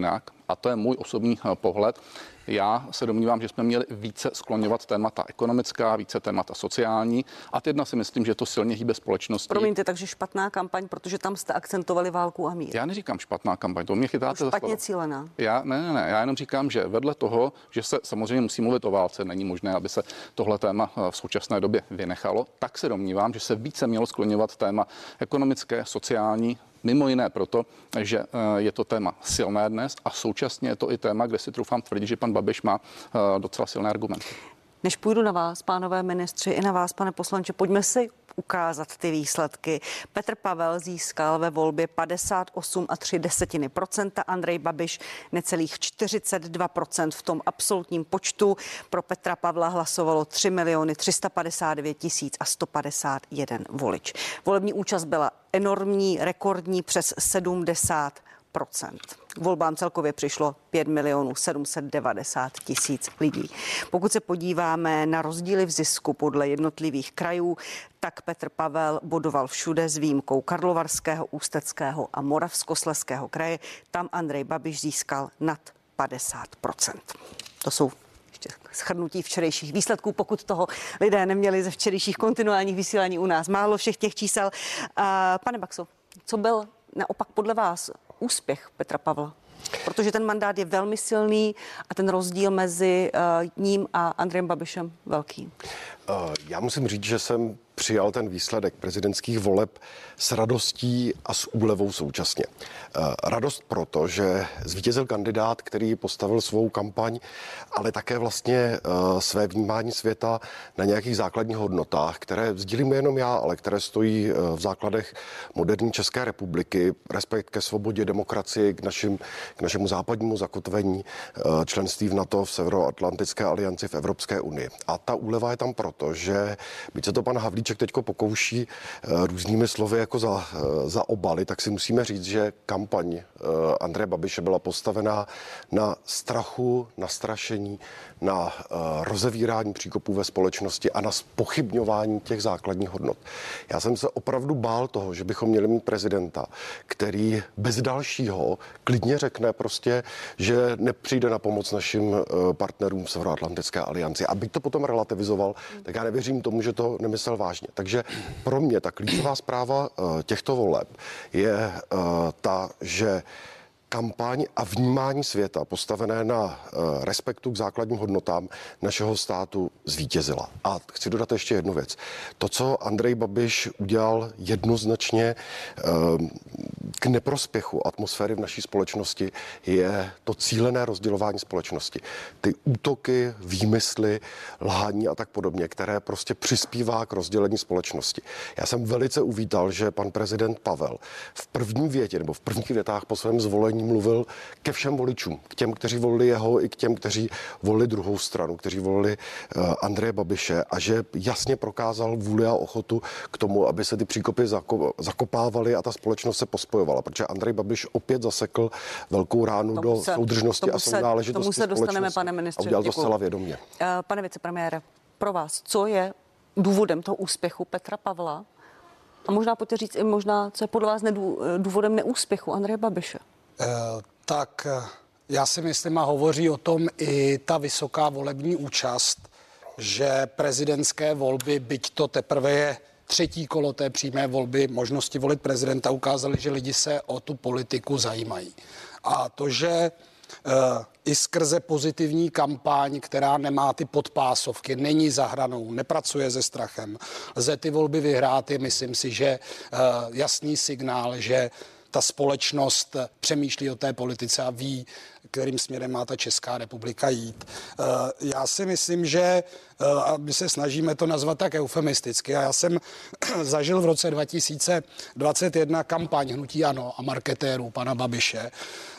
a to je můj osobní pohled, já se domnívám, že jsme měli více skloňovat témata ekonomická, více témata sociální a jedna si myslím, že to silně hýbe společností. Promiňte, takže špatná kampaň, protože tam jste akcentovali válku a mír. Já neříkám špatná kampaň, to mě chytáte za slovo. Špatně cílená. Já, ne, ne, ne, já jenom říkám, že vedle toho, že se samozřejmě musí mluvit o válce, není možné, aby se tohle téma v současné době vynechalo, tak se domnívám, že se více mělo skloňovat téma ekonomické, sociální, mimo jiné proto, že je to téma silné dnes a současně je to i téma, kde si troufám tvrdit, že pan Babiš má docela silné argumenty. Než půjdu na vás, pánové ministři, i na vás, pane poslanče, pojďme si ukázat ty výsledky. Petr Pavel získal ve volbě padesát osm a tři desetiny procenta, Andrej Babiš necelých čtyřicet dva procent v tom absolutním počtu. Pro Petra Pavla hlasovalo tři miliony tři sta padesát devět tisíc a sto padesát jeden volič. Volební účast byla enormní, rekordní přes sedmdesát procent. K volbám celkově přišlo pět milionů sedm set devadesát tisíc lidí. Pokud se podíváme na rozdíly v zisku podle jednotlivých krajů, tak Petr Pavel bodoval všude s výjimkou Karlovarského, Ústeckého a Moravskoslezského kraje. Tam Andrej Babiš získal nad padesát procent. To jsou shrnutí včerejších výsledků, pokud toho lidé neměli ze včerejších kontinuálních vysílání u nás málo všech těch čísel. Pane Baxo, co byl naopak podle vás úspěch Petra Pavla? Protože ten mandát je velmi silný a ten rozdíl mezi uh, ním a Andrejem Babišem velký. Uh, já musím říct, že jsem přijal ten výsledek prezidentských voleb s radostí a s úlevou současně. Radost proto, že zvítězil kandidát, který postavil svou kampaň, ale také vlastně své vnímání světa na nějakých základních hodnotách, které sdílím nejenom já, ale které stojí v základech moderní České republiky, respekt ke svobodě, demokracii, k, našim, k našemu západnímu zakotvení, členství v NATO, v Severoatlantické alianci, v Evropské unii. A ta úleva je tam proto, že byť se to pan Havlíček teďko pokouší různými slovy jako za, za obaly, tak si musíme říct, že kampaň Andreje Babiše byla postavená na strachu, na strašení, na rozevírání příkopů ve společnosti a na zpochybňování těch základních hodnot. Já jsem se opravdu bál toho, že bychom měli mít prezidenta, který bez dalšího klidně řekne prostě, že nepřijde na pomoc našim partnerům v Severoatlantické alianci. Aby to potom relativizoval, tak já nevěřím tomu, že to nemyslel vážně. Takže pro mě ta klíčová zpráva těchto voleb je ta, že kampaň a vnímání světa postavené na uh, respektu k základním hodnotám našeho státu zvítězila. A chci dodat ještě jednu věc. To, co Andrej Babiš udělal jednoznačně uh, k neprospěchu atmosféry v naší společnosti, je to cílené rozdělování společnosti. Ty útoky, výmysly, lhání a tak podobně, které prostě přispívá k rozdělení společnosti. Já jsem velice uvítal, že pan prezident Pavel v první větě nebo v prvních větách po svém zvolení mluvil ke všem voličům, k těm, kteří volili jeho, i k těm, kteří volili druhou stranu, kteří volili uh, Andreje Babiše, a že jasně prokázal vůli a ochotu k tomu, aby se ty příkopy zako- zakopávaly a ta společnost se pospojovala, protože Andrej Babiš opět zasekl velkou ránu tomu do se, soudržnosti a sounáležitosti tomu se dostaneme, pane ministře. A udělal to děkuju. zcela vědomě. Uh, pane vicepremiére, pro vás, co je důvodem toho úspěchu Petra Pavla? A možná pojďte říct i možná, co je podle vás nedů, důvodem neúspěchu Andreje Babiše? Uh, tak já si myslím, a hovoří o tom i ta vysoká volební účast, že prezidentské volby, byť to teprve je třetí kolo té přímé volby, možnosti volit prezidenta, ukázaly, že lidi se o tu politiku zajímají. A to, že uh, i skrze pozitivní kampaň, která nemá ty podpásovky, není za hranou, nepracuje se strachem, lze ty volby vyhrát, je, myslím si, že uh, jasný signál, že ta společnost přemýšlí o té politice a ví, kterým směrem má ta Česká republika jít. Já si myslím, že a my se snažíme to nazvat tak eufemisticky. A já jsem zažil v roce dva tisíce dvacet jedna kampaň hnutí ANO a marketérů pana Babiše.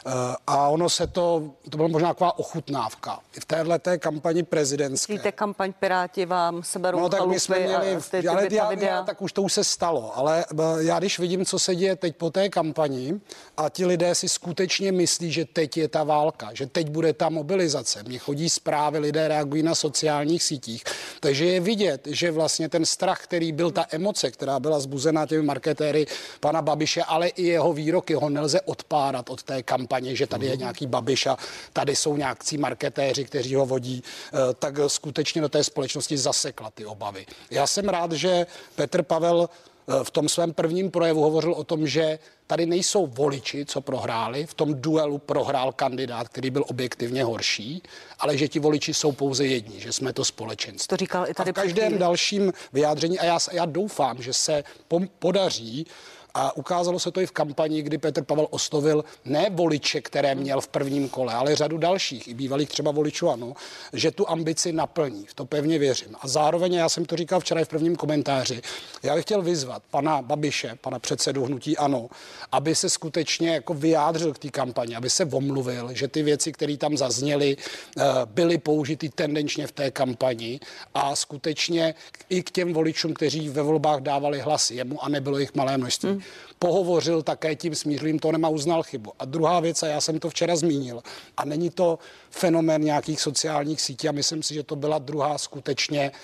A ono se to, to byla možná taková ochutnávka. I v téhleté kampani prezidentské. Myslíte, kampaň Piráti vám seberou no, tak my jsme měli, ty, ty, ale ty, já, videa. Já, tak už to už se stalo. Ale já když vidím, co se děje teď po té kampani a ti lidé si skutečně myslí, že teď je ta válka, že teď bude ta mobilizace. Mně chodí zprávy, lidé reagují na sociálních sítích. sítích. Takže je vidět, že vlastně ten strach, který byl, ta emoce, která byla zbuzená těmi marketéry pana Babiše, ale i jeho výroky, ho nelze odpárat od té kampaně, že tady je nějaký Babiš a tady jsou nějakcí marketéři, kteří ho vodí, tak skutečně do té společnosti zasekla ty obavy. Já jsem rád, že Petr Pavel v tom svém prvním projevu hovořil o tom, že tady nejsou voliči, co prohráli. V tom duelu prohrál kandidát, který byl objektivně horší, ale že ti voliči jsou pouze jedni, že jsme to společenství. To říkal i tady a v každém dalším vyjádření, a já, já doufám, že se pom- podaří, a ukázalo se to i v kampani, kdy Petr Pavel oslovil ne voliče, které měl v prvním kole, ale řadu dalších, i bývalých třeba voličů ANO, že tu ambici naplní. V to pevně věřím. A zároveň, já jsem to říkal včera v prvním komentáři, já bych chtěl vyzvat pana Babiše, pana předsedu hnutí ANO, aby se skutečně jako vyjádřil k té kampani, aby se omluvil, že ty věci, které tam zazněly, byly použity tendenčně v té kampani a skutečně i k těm voličům, kteří ve volbách dávali hlasy jemu a nebylo jich malé množství. Hmm. Pohovořil také tím smířlivým tónem a uznal chybu. A druhá věc, a já jsem to včera zmínil, a není to fenomén nějakých sociálních sítí, a myslím si, že to byla druhá skutečně,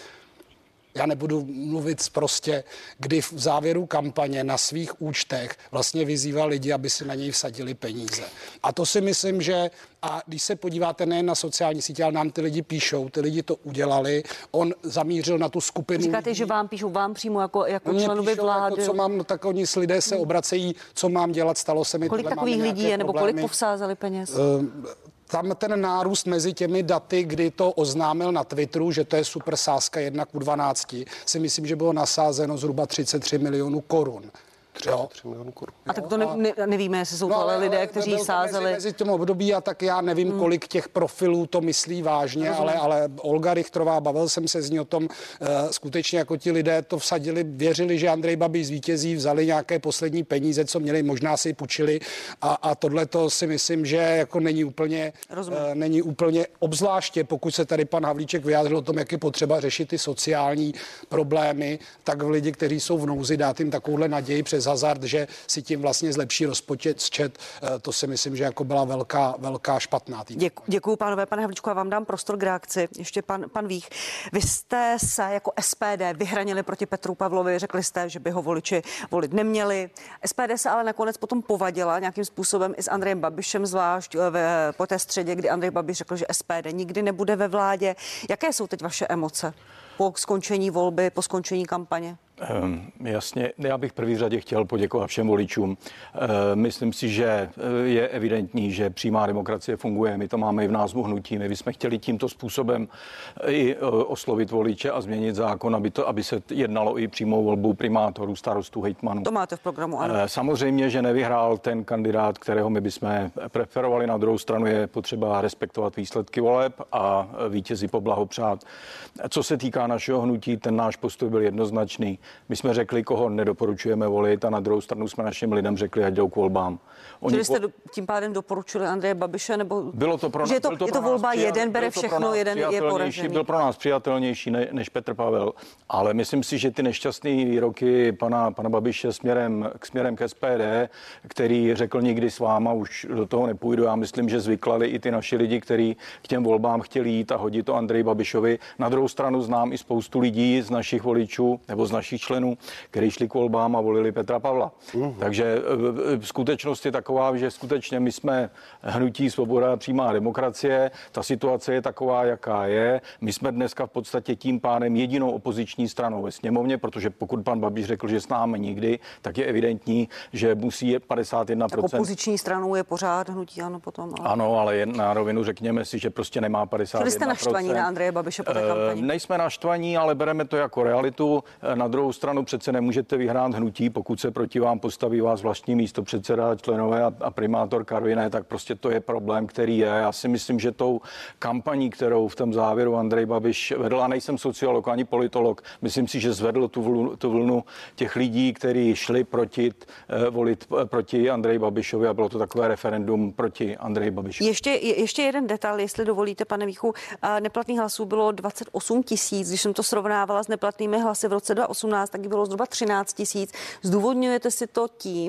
já nebudu mluvit prostě, kdy v závěru kampaně na svých účtech vlastně vyzýval lidi, aby si na něj vsadili peníze. A to si myslím, že a když se podíváte nejen na sociální sítě, ale nám ty lidi píšou, ty lidi to udělali, on zamířil na tu skupinu. Říkáte, lidí. Že vám píšou, vám přímo jako, jako Oni členovi píšou, vlády. Jako, co mám, no, tak oni s lidé se obracejí, co mám dělat, stalo se mi. Kolik tohle, takových lidí je, nebo problémy. kolik povsázeli peněz? Uh, Tam ten nárůst mezi těmi daty, kdy to oznámil na Twitteru, že to je super sázka jedna ku dvanácti, si myslím, že bylo nasázeno zhruba třicet tři milionů korun. tři milionů korun. A tak to ne, ne, nevíme, jestli jsou to no, ale lidé, ale kteří byl to sázeli. Mezi, mezi tím období a tak já nevím, hmm. kolik těch profilů to myslí vážně, ale, ale Olga Richtrová, bavil jsem se z ní o tom, uh, skutečně jako ti lidé to vsadili, věřili, že Andrej Babiš zvítězí, vzali nějaké poslední peníze, co měli, možná si půjčili a, a tohle to si myslím, že jako není úplně, uh, není úplně obzvláště, pokud se tady pan Havlíček vyjádřil o tom, jak je potřeba řešit ty sociální problémy, tak v lidi, kteří jsou v nouzi, dát jim takovouhle naději přes hazard, že si tím vlastně zlepší rozpočet, to si myslím, že jako byla velká, velká špatná. Děku, děkuju, pánové. Pane Havlíčku, a vám dám prostor k reakci. Ještě pan, pan Vích. Vy jste se jako S P D vyhranili proti Petru Pavlovi, řekli jste, že by ho voliči volit neměli. S P D se ale nakonec potom povadila nějakým způsobem i s Andrejem Babišem, zvlášť ve, po té středě, kdy Andrej Babiš řekl, že S P D nikdy nebude ve vládě. Jaké jsou teď vaše emoce po skončení volby, po skončení kampaně? Um, jasně, já bych v první řadě chtěl poděkovat všem voličům. Uh, myslím si, že je evidentní, že přímá demokracie funguje. My to máme i v názvu hnutí. My bychom chtěli tímto způsobem i uh, oslovit voliče a změnit zákon, aby, to, aby se jednalo i přímou volbu primátorů, starostů, hejtmanů. To máte v programu, ano. Uh, samozřejmě, že nevyhrál ten kandidát, kterého my bychom preferovali. Na druhou stranu je potřeba respektovat výsledky voleb a vítězi poblahopřát. Co se týká našeho hnutí, ten náš postoj byl jednoznačný. My jsme řekli, koho nedoporučujeme volit, a na druhou stranu jsme našim lidem řekli, ať jdou k volbám. Oni Čili jste do, tím pádem doporučili Andreje Babiše, nebo bylo to pro nás, že je to, to je to volba přijat, jeden, bere všechno, jeden je poražený. Byl pro nás přijatelnější ne, než Petr Pavel, ale myslím si, že ty nešťastné výroky pana, pana Babiše směrem k směrem k S P D, který řekl nikdy s váma, už do toho nepůjdu, já myslím, že zvyklali i ty naši lidi, kteří k těm volbám chtěli jít a hodit to Andreji Babišovi. Na druhou stranu znám i spoustu lidí z našich voličů nebo z našich členů, kteří šli k volbám a volili Petra Pavla. Uhum. Takže skutečnost je taková, že skutečně my jsme hnutí Svoboda a přímá demokracie. Ta situace je taková, jaká je. My jsme dneska v podstatě tím pádem jedinou opoziční stranou ve sněmovně, protože pokud pan Babiš řekl, že s námi nikdy, tak je evidentní, že musí padesát jedna procent. Tak opoziční stranou je pořád hnutí ANO potom. Ale... Ano, ale jen na rovinu řekněme si, že prostě nemá padesát jedna procent. Čili jste naštvaní na Andreje Babiše po té kampani? Nejsme naštvaní, ale bereme to jako realitu. Na druhou stranu přece nemůžete vyhrát hnutí, pokud se proti vám postaví vás vlastní místopředseda, členové a, a primátor Karviné, tak prostě to je problém, který je. Já si myslím, že tou kampaní, kterou v tom závěru Andrej Babiš vedl, a nejsem sociolog ani politolog, myslím si, že zvedl tu vlnu, tu vlnu těch lidí, kteří šli proti, eh, volit eh, proti Andreji Babišovi, a bylo to takové referendum proti Andreji Babišovi. Ještě, ještě jeden detail, jestli dovolíte, pane Víchu. Neplatných hlasů bylo dvacet osm tisíc, když jsem to srovnávala s neplatnými hlasy v roce dva tisíce osmnáct, tak bylo zhruba třináct tisíc. Zdůvodňujete si to tím,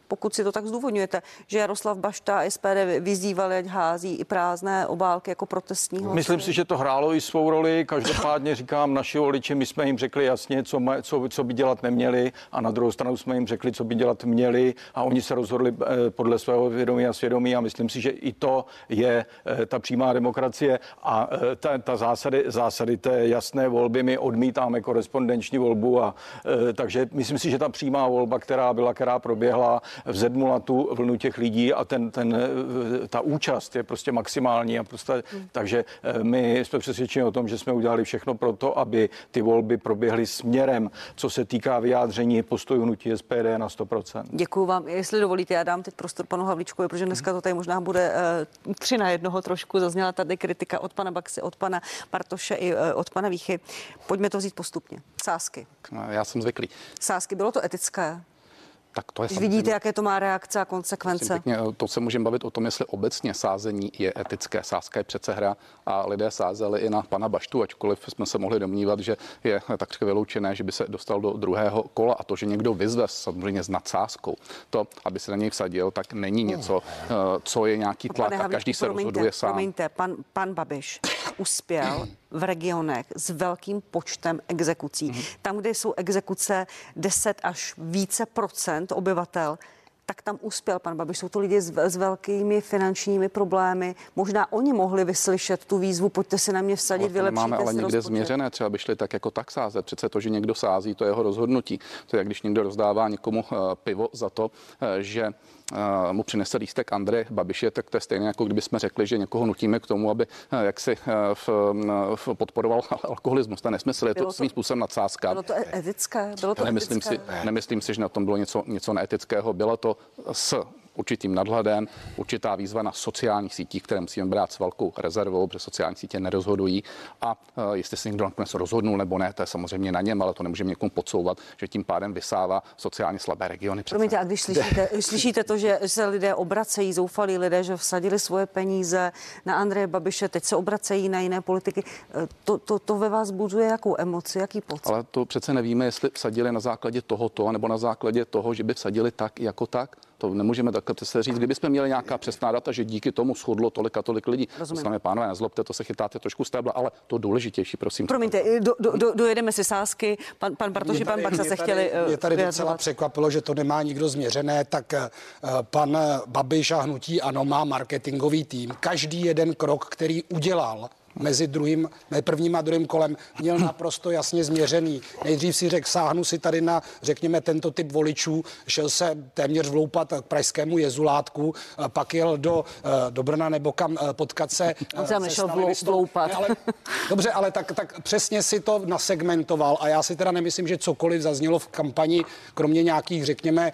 pokud si to tak zdůvodňujete, že Jaroslav Bašta a S P D vyzývali, ať hází i prázdné obálky jako protestní hlasy? Myslím si, že to hrálo i svou roli. Každopádně říkám, naši voliči, my jsme jim řekli jasně, co, ma, co, co by dělat neměli, a na druhou stranu jsme jim řekli, co by dělat měli, a oni se rozhodli podle svého vědomí a svědomí, a myslím si, že i to je ta přímá demokracie a ta, ta zásady, zásady té jasné volby. My odmítáme korespondenční volbu, a takže myslím si, že ta přímá volba, která byla, která proběhla, vzedmula tu vlnu těch lidí a ten, ten, ta účast je prostě maximální. A prostě, hmm. Takže my jsme přesvědčeni o tom, že jsme udělali všechno pro to, aby ty volby proběhly směrem, co se týká vyjádření postojů hnutí S P D na sto procent. Děkuju vám. Jestli dovolíte, já dám teď prostor panu Havlíčkovi, protože dneska to tady možná bude uh, tři na jednoho trošku. Zazněla tady kritika od pana Baxy, od pana Bartoše i uh, od pana Víchy. Pojďme to vzít postupně. Sázky. Já jsem zvyklý. Sázky, bylo to etické? Tak to je Když vidíte, jaké to má reakce a konsekvence. Pěkně, to se můžeme bavit o tom, jestli obecně sázení je etické. Sázka je přece hra a lidé sázeli i na pana Baštu, ačkoliv jsme se mohli domnívat, že je takřka vyloučené, že by se dostal do druhého kola, a to, že někdo vyzve samozřejmě s nadsázkou, to, aby se na něj vsadil, tak není něco, co je nějaký tlak a každý se rozhoduje sám. Promiňte, pan, pan Babiš uspěl v regionech s velkým počtem exekucí. Mm-hmm. Tam, kde jsou exekuce deset až více procent obyvatel, tak tam uspěl pan Babiš. Jsou to lidi s, s velkými finančními problémy. Možná oni mohli vyslyšet tu výzvu, pojďte si na mě vsadit, vylepšíte si rozpočet. Máme ale někde změřené, třeba by šli tak jako tak sázet. Přece to, že někdo sází, to je jeho rozhodnutí. To je, jak když někdo rozdává někomu uh, pivo za to, uh, že uh, mu přinese lístek Andreje Babiše, tak to je stejné, jako kdyby jsme řekli, že někoho nutíme k tomu, aby uh, jaksi uh, v, uh, podporoval alkoholismus. To je nesmysl, je to, to svým způsobem nadsázka. Bylo to etické? Bylo to nemyslím, etické? Si, nemyslím si, že na tom bylo něco, něco neetického. Bylo to s určitým nadhledem, určitá výzva na sociálních sítích, které musíme brát s velkou rezervou, protože sociální sítě nerozhodují. A uh, jestli se někdo nakonec rozhodnul nebo ne, to je samozřejmě na něm, ale to nemůžeme někomu podsouvat, že tím pádem vysává sociálně slabé regiony. Promiňte, a když slyšíte, slyšíte to, že se lidé obracejí, zoufalí lidé, že vsadili svoje peníze na Andreje Babiše, teď se obracejí na jiné politiky, to, to, to ve vás buduje jakou emoci, jaký pocit? Ale to přece nevíme, jestli vsadili na základě tohoto, nebo na základě toho, že by vsadili tak jako tak. To nemůžeme takhle se říct. Kdybychom měli nějaká přesná data, že díky tomu shodlo tolik a tolik lidí. Rozumím. Pánové, nezlobte, to se chytáte trošku stébla, ale to důležitější, prosím. Promiňte, do, do, do, dojedeme si sázky. Pan, pan Bartoš, pan Baxa se chtěli Mě tady vyjadřovat. Docela překvapilo, že to nemá nikdo změřené, tak uh, pan Babiš a hnutí ANO má marketingový tým. Každý jeden krok, který udělal mezi druhým, prvním a druhým kolem, měl naprosto jasně změřený. Nejdřív si řekl, sáhnu si tady na, řekněme, tento typ voličů, šel se téměř vloupat k pražskému Jezulátku, pak jel do, do Brna nebo kam potkat se. On se nešel vloupat. Ale, dobře, ale tak, tak přesně si to nasegmentoval a já si teda nemyslím, že cokoliv zaznělo v kampani, kromě nějakých, řekněme,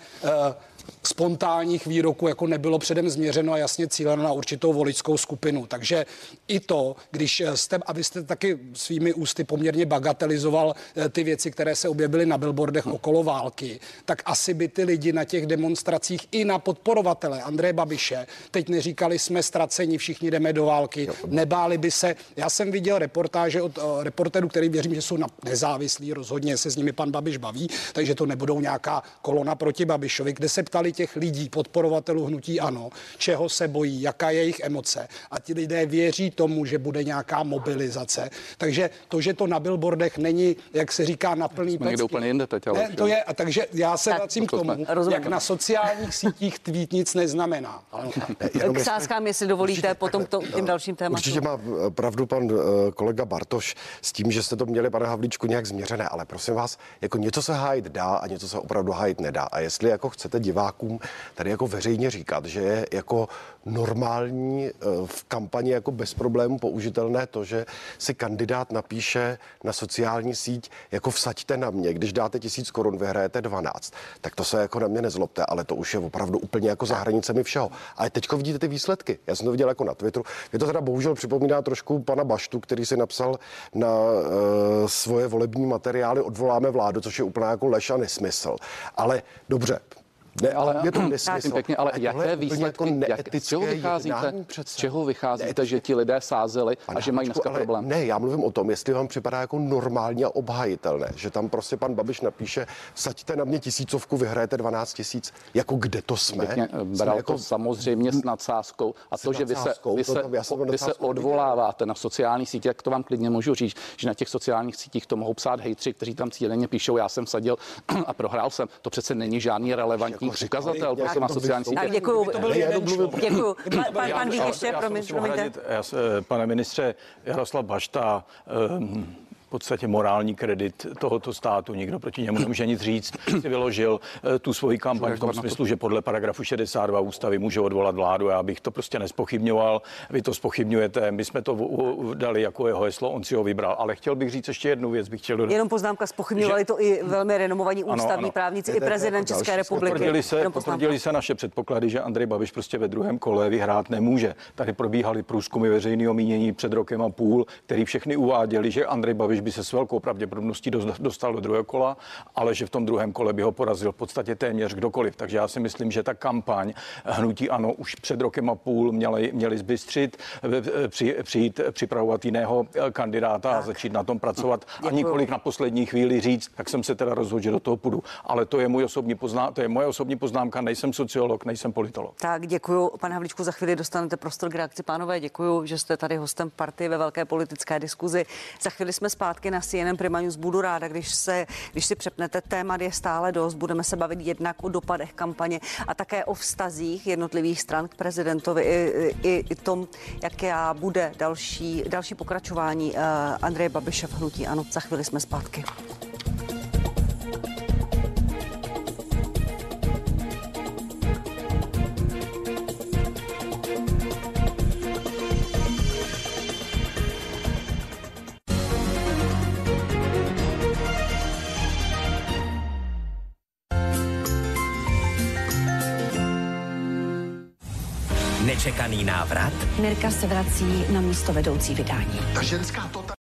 spontánních výroků, jako nebylo předem změřeno a jasně cíleno na určitou voličskou skupinu. Takže i to, když jste, a vy jste taky svými ústy poměrně bagatelizoval ty věci, které se objevily na billboardech okolo války, tak asi by ty lidi na těch demonstracích i na podporovatele Andreje Babiše teď neříkali, jsme ztraceni, všichni jdeme do války, nebáli by se. Já jsem viděl reportáže od uh, reporterů, který věřím, že jsou na nezávislí, rozhodně se s nimi pan Babiš baví, takže to nebudou nějaká kolona proti Babišovi, kde se ptali těch lidí, podporovatelů hnutí ANO, čeho se bojí, jaká je jejich emoce. A ti lidé věří tomu, že bude nějaká mobilizace. Takže to, že to na billboardech není, jak se říká, na plný pecky. Někde úplně jinde teď, ale ne, to je, a takže já se tak, vracím k tomu, jak na sociálních sítích tweet nic neznamená. Ale, k sázkám, jestli dovolíte, určitě, potom k tím dalším tématům. Určitě má pravdu pan kolega Bartoš s tím, že jste to měli, pane Havlíčku, nějak změřené, ale prosím vás, jako něco se hájit dá a něco se opravdu hájit nedá. A jestli jako chcete divákům tady jako veřejně říkat, že je jako normální v kampani jako bez problémů použitelné to, že si kandidát napíše na sociální síť jako vsaďte na mě, když dáte tisíc korun, vyhrajete dvanáct, tak to se jako na mě nezlobte, ale to už je opravdu úplně jako za hranicemi všeho. Ale teďko vidíte ty výsledky. Já jsem to viděl jako na Twitteru. Mě to teda bohužel připomíná trošku pana Baštu, který si napsal na uh, svoje volební materiály odvoláme vládu, což je úplná jako lež a nesmysl. Ale dobře, Ne, ale je to nesmysl. Pěkně, ale jaké výsledky, jak, z čeho vycházíte, z čeho vycházíte, že ti lidé sázeli a že mají dneska problém? Ne, já mluvím o tom, jestli vám připadá jako normální a obhajitelné, že tam prostě pan Babiš napíše, saďte na mě tisícovku, vyhrajete dvanáct tisíc, jako kde to jsme? Pěkně, bral jako to samozřejmě s nadsázkou a to, že vy se, vy se, to, vy se odvoláváte na sociální sítě, jak to vám klidně můžu říct, že na těch sociálních sítích to mohou psát hejtři, kteří tam cíleně píšou, já jsem sadil a prohrál jsem. To přece není žádný relevantní jako ukazatel, protože na sociální sítě. Děkuju. Děkuju. Pan, pan Vík ještě, promiň, promiňte. Pane ministře, Jaroslav Bašta, um, v podstatě morální kredit tohoto státu, nikdo proti němu nemůže nic říct, si vyložil tu svoji kampaň v tom smyslu, že podle paragrafu šedesát dva ústavy může odvolat vládu. Já bych to prostě nespochybňoval, vy to spochybňujete, my jsme to dali jako jeho heslo, on si ho vybral. Ale chtěl bych říct ještě jednu věc, bych chtěl dodat. Jenom poznámka, spochybňovali že... to i velmi renomovaní ústavní ano, ano. právníci, je, i prezident České další, republiky. Potvrdili se, potvrdili se naše předpoklady, že Andrej Babiš prostě ve druhém kole vyhrát nemůže. Tady probíhaly průzkumy veřejného mínění před rokem a půl, který všechny uváděli, že Andrej Babiš by se s velkou pravděpodobností dostal do druhého kola, ale že v tom druhém kole by ho porazil v podstatě téměř kdokoliv. Takže já si myslím, že ta kampaň hnutí ANO už před rokem a půl měli, měli zbystřit, při, přijít, připravovat jiného kandidáta tak. a začít na tom pracovat. Děkuju. A několik na poslední chvíli říct, tak jsem se teda rozhodl, že do toho půjdu. Ale to je můj osobní pozná, to je moje osobní poznámka, nejsem sociolog, nejsem politolog. Tak děkuju, pane Havlíčku, za chvíli dostanete prostor k reakci. Pánové, děkuju, že jste tady hostem party ve velké politické diskuzi. Za chvíli jsme zpátky na C N N Prima News. Budu ráda, když se, když si přepnete, témat je stále dost. Budeme se bavit jednak o dopadech kampaně a také o vztazích jednotlivých stran k prezidentovi i, i, i tom, jaké bude další, další pokračování uh, Andreje Babiše v hnutí. Ano, za chvíli jsme zpátky. Nečekaný návrat. Mirka se vrací na místo vedoucí vydání. Ta ženská to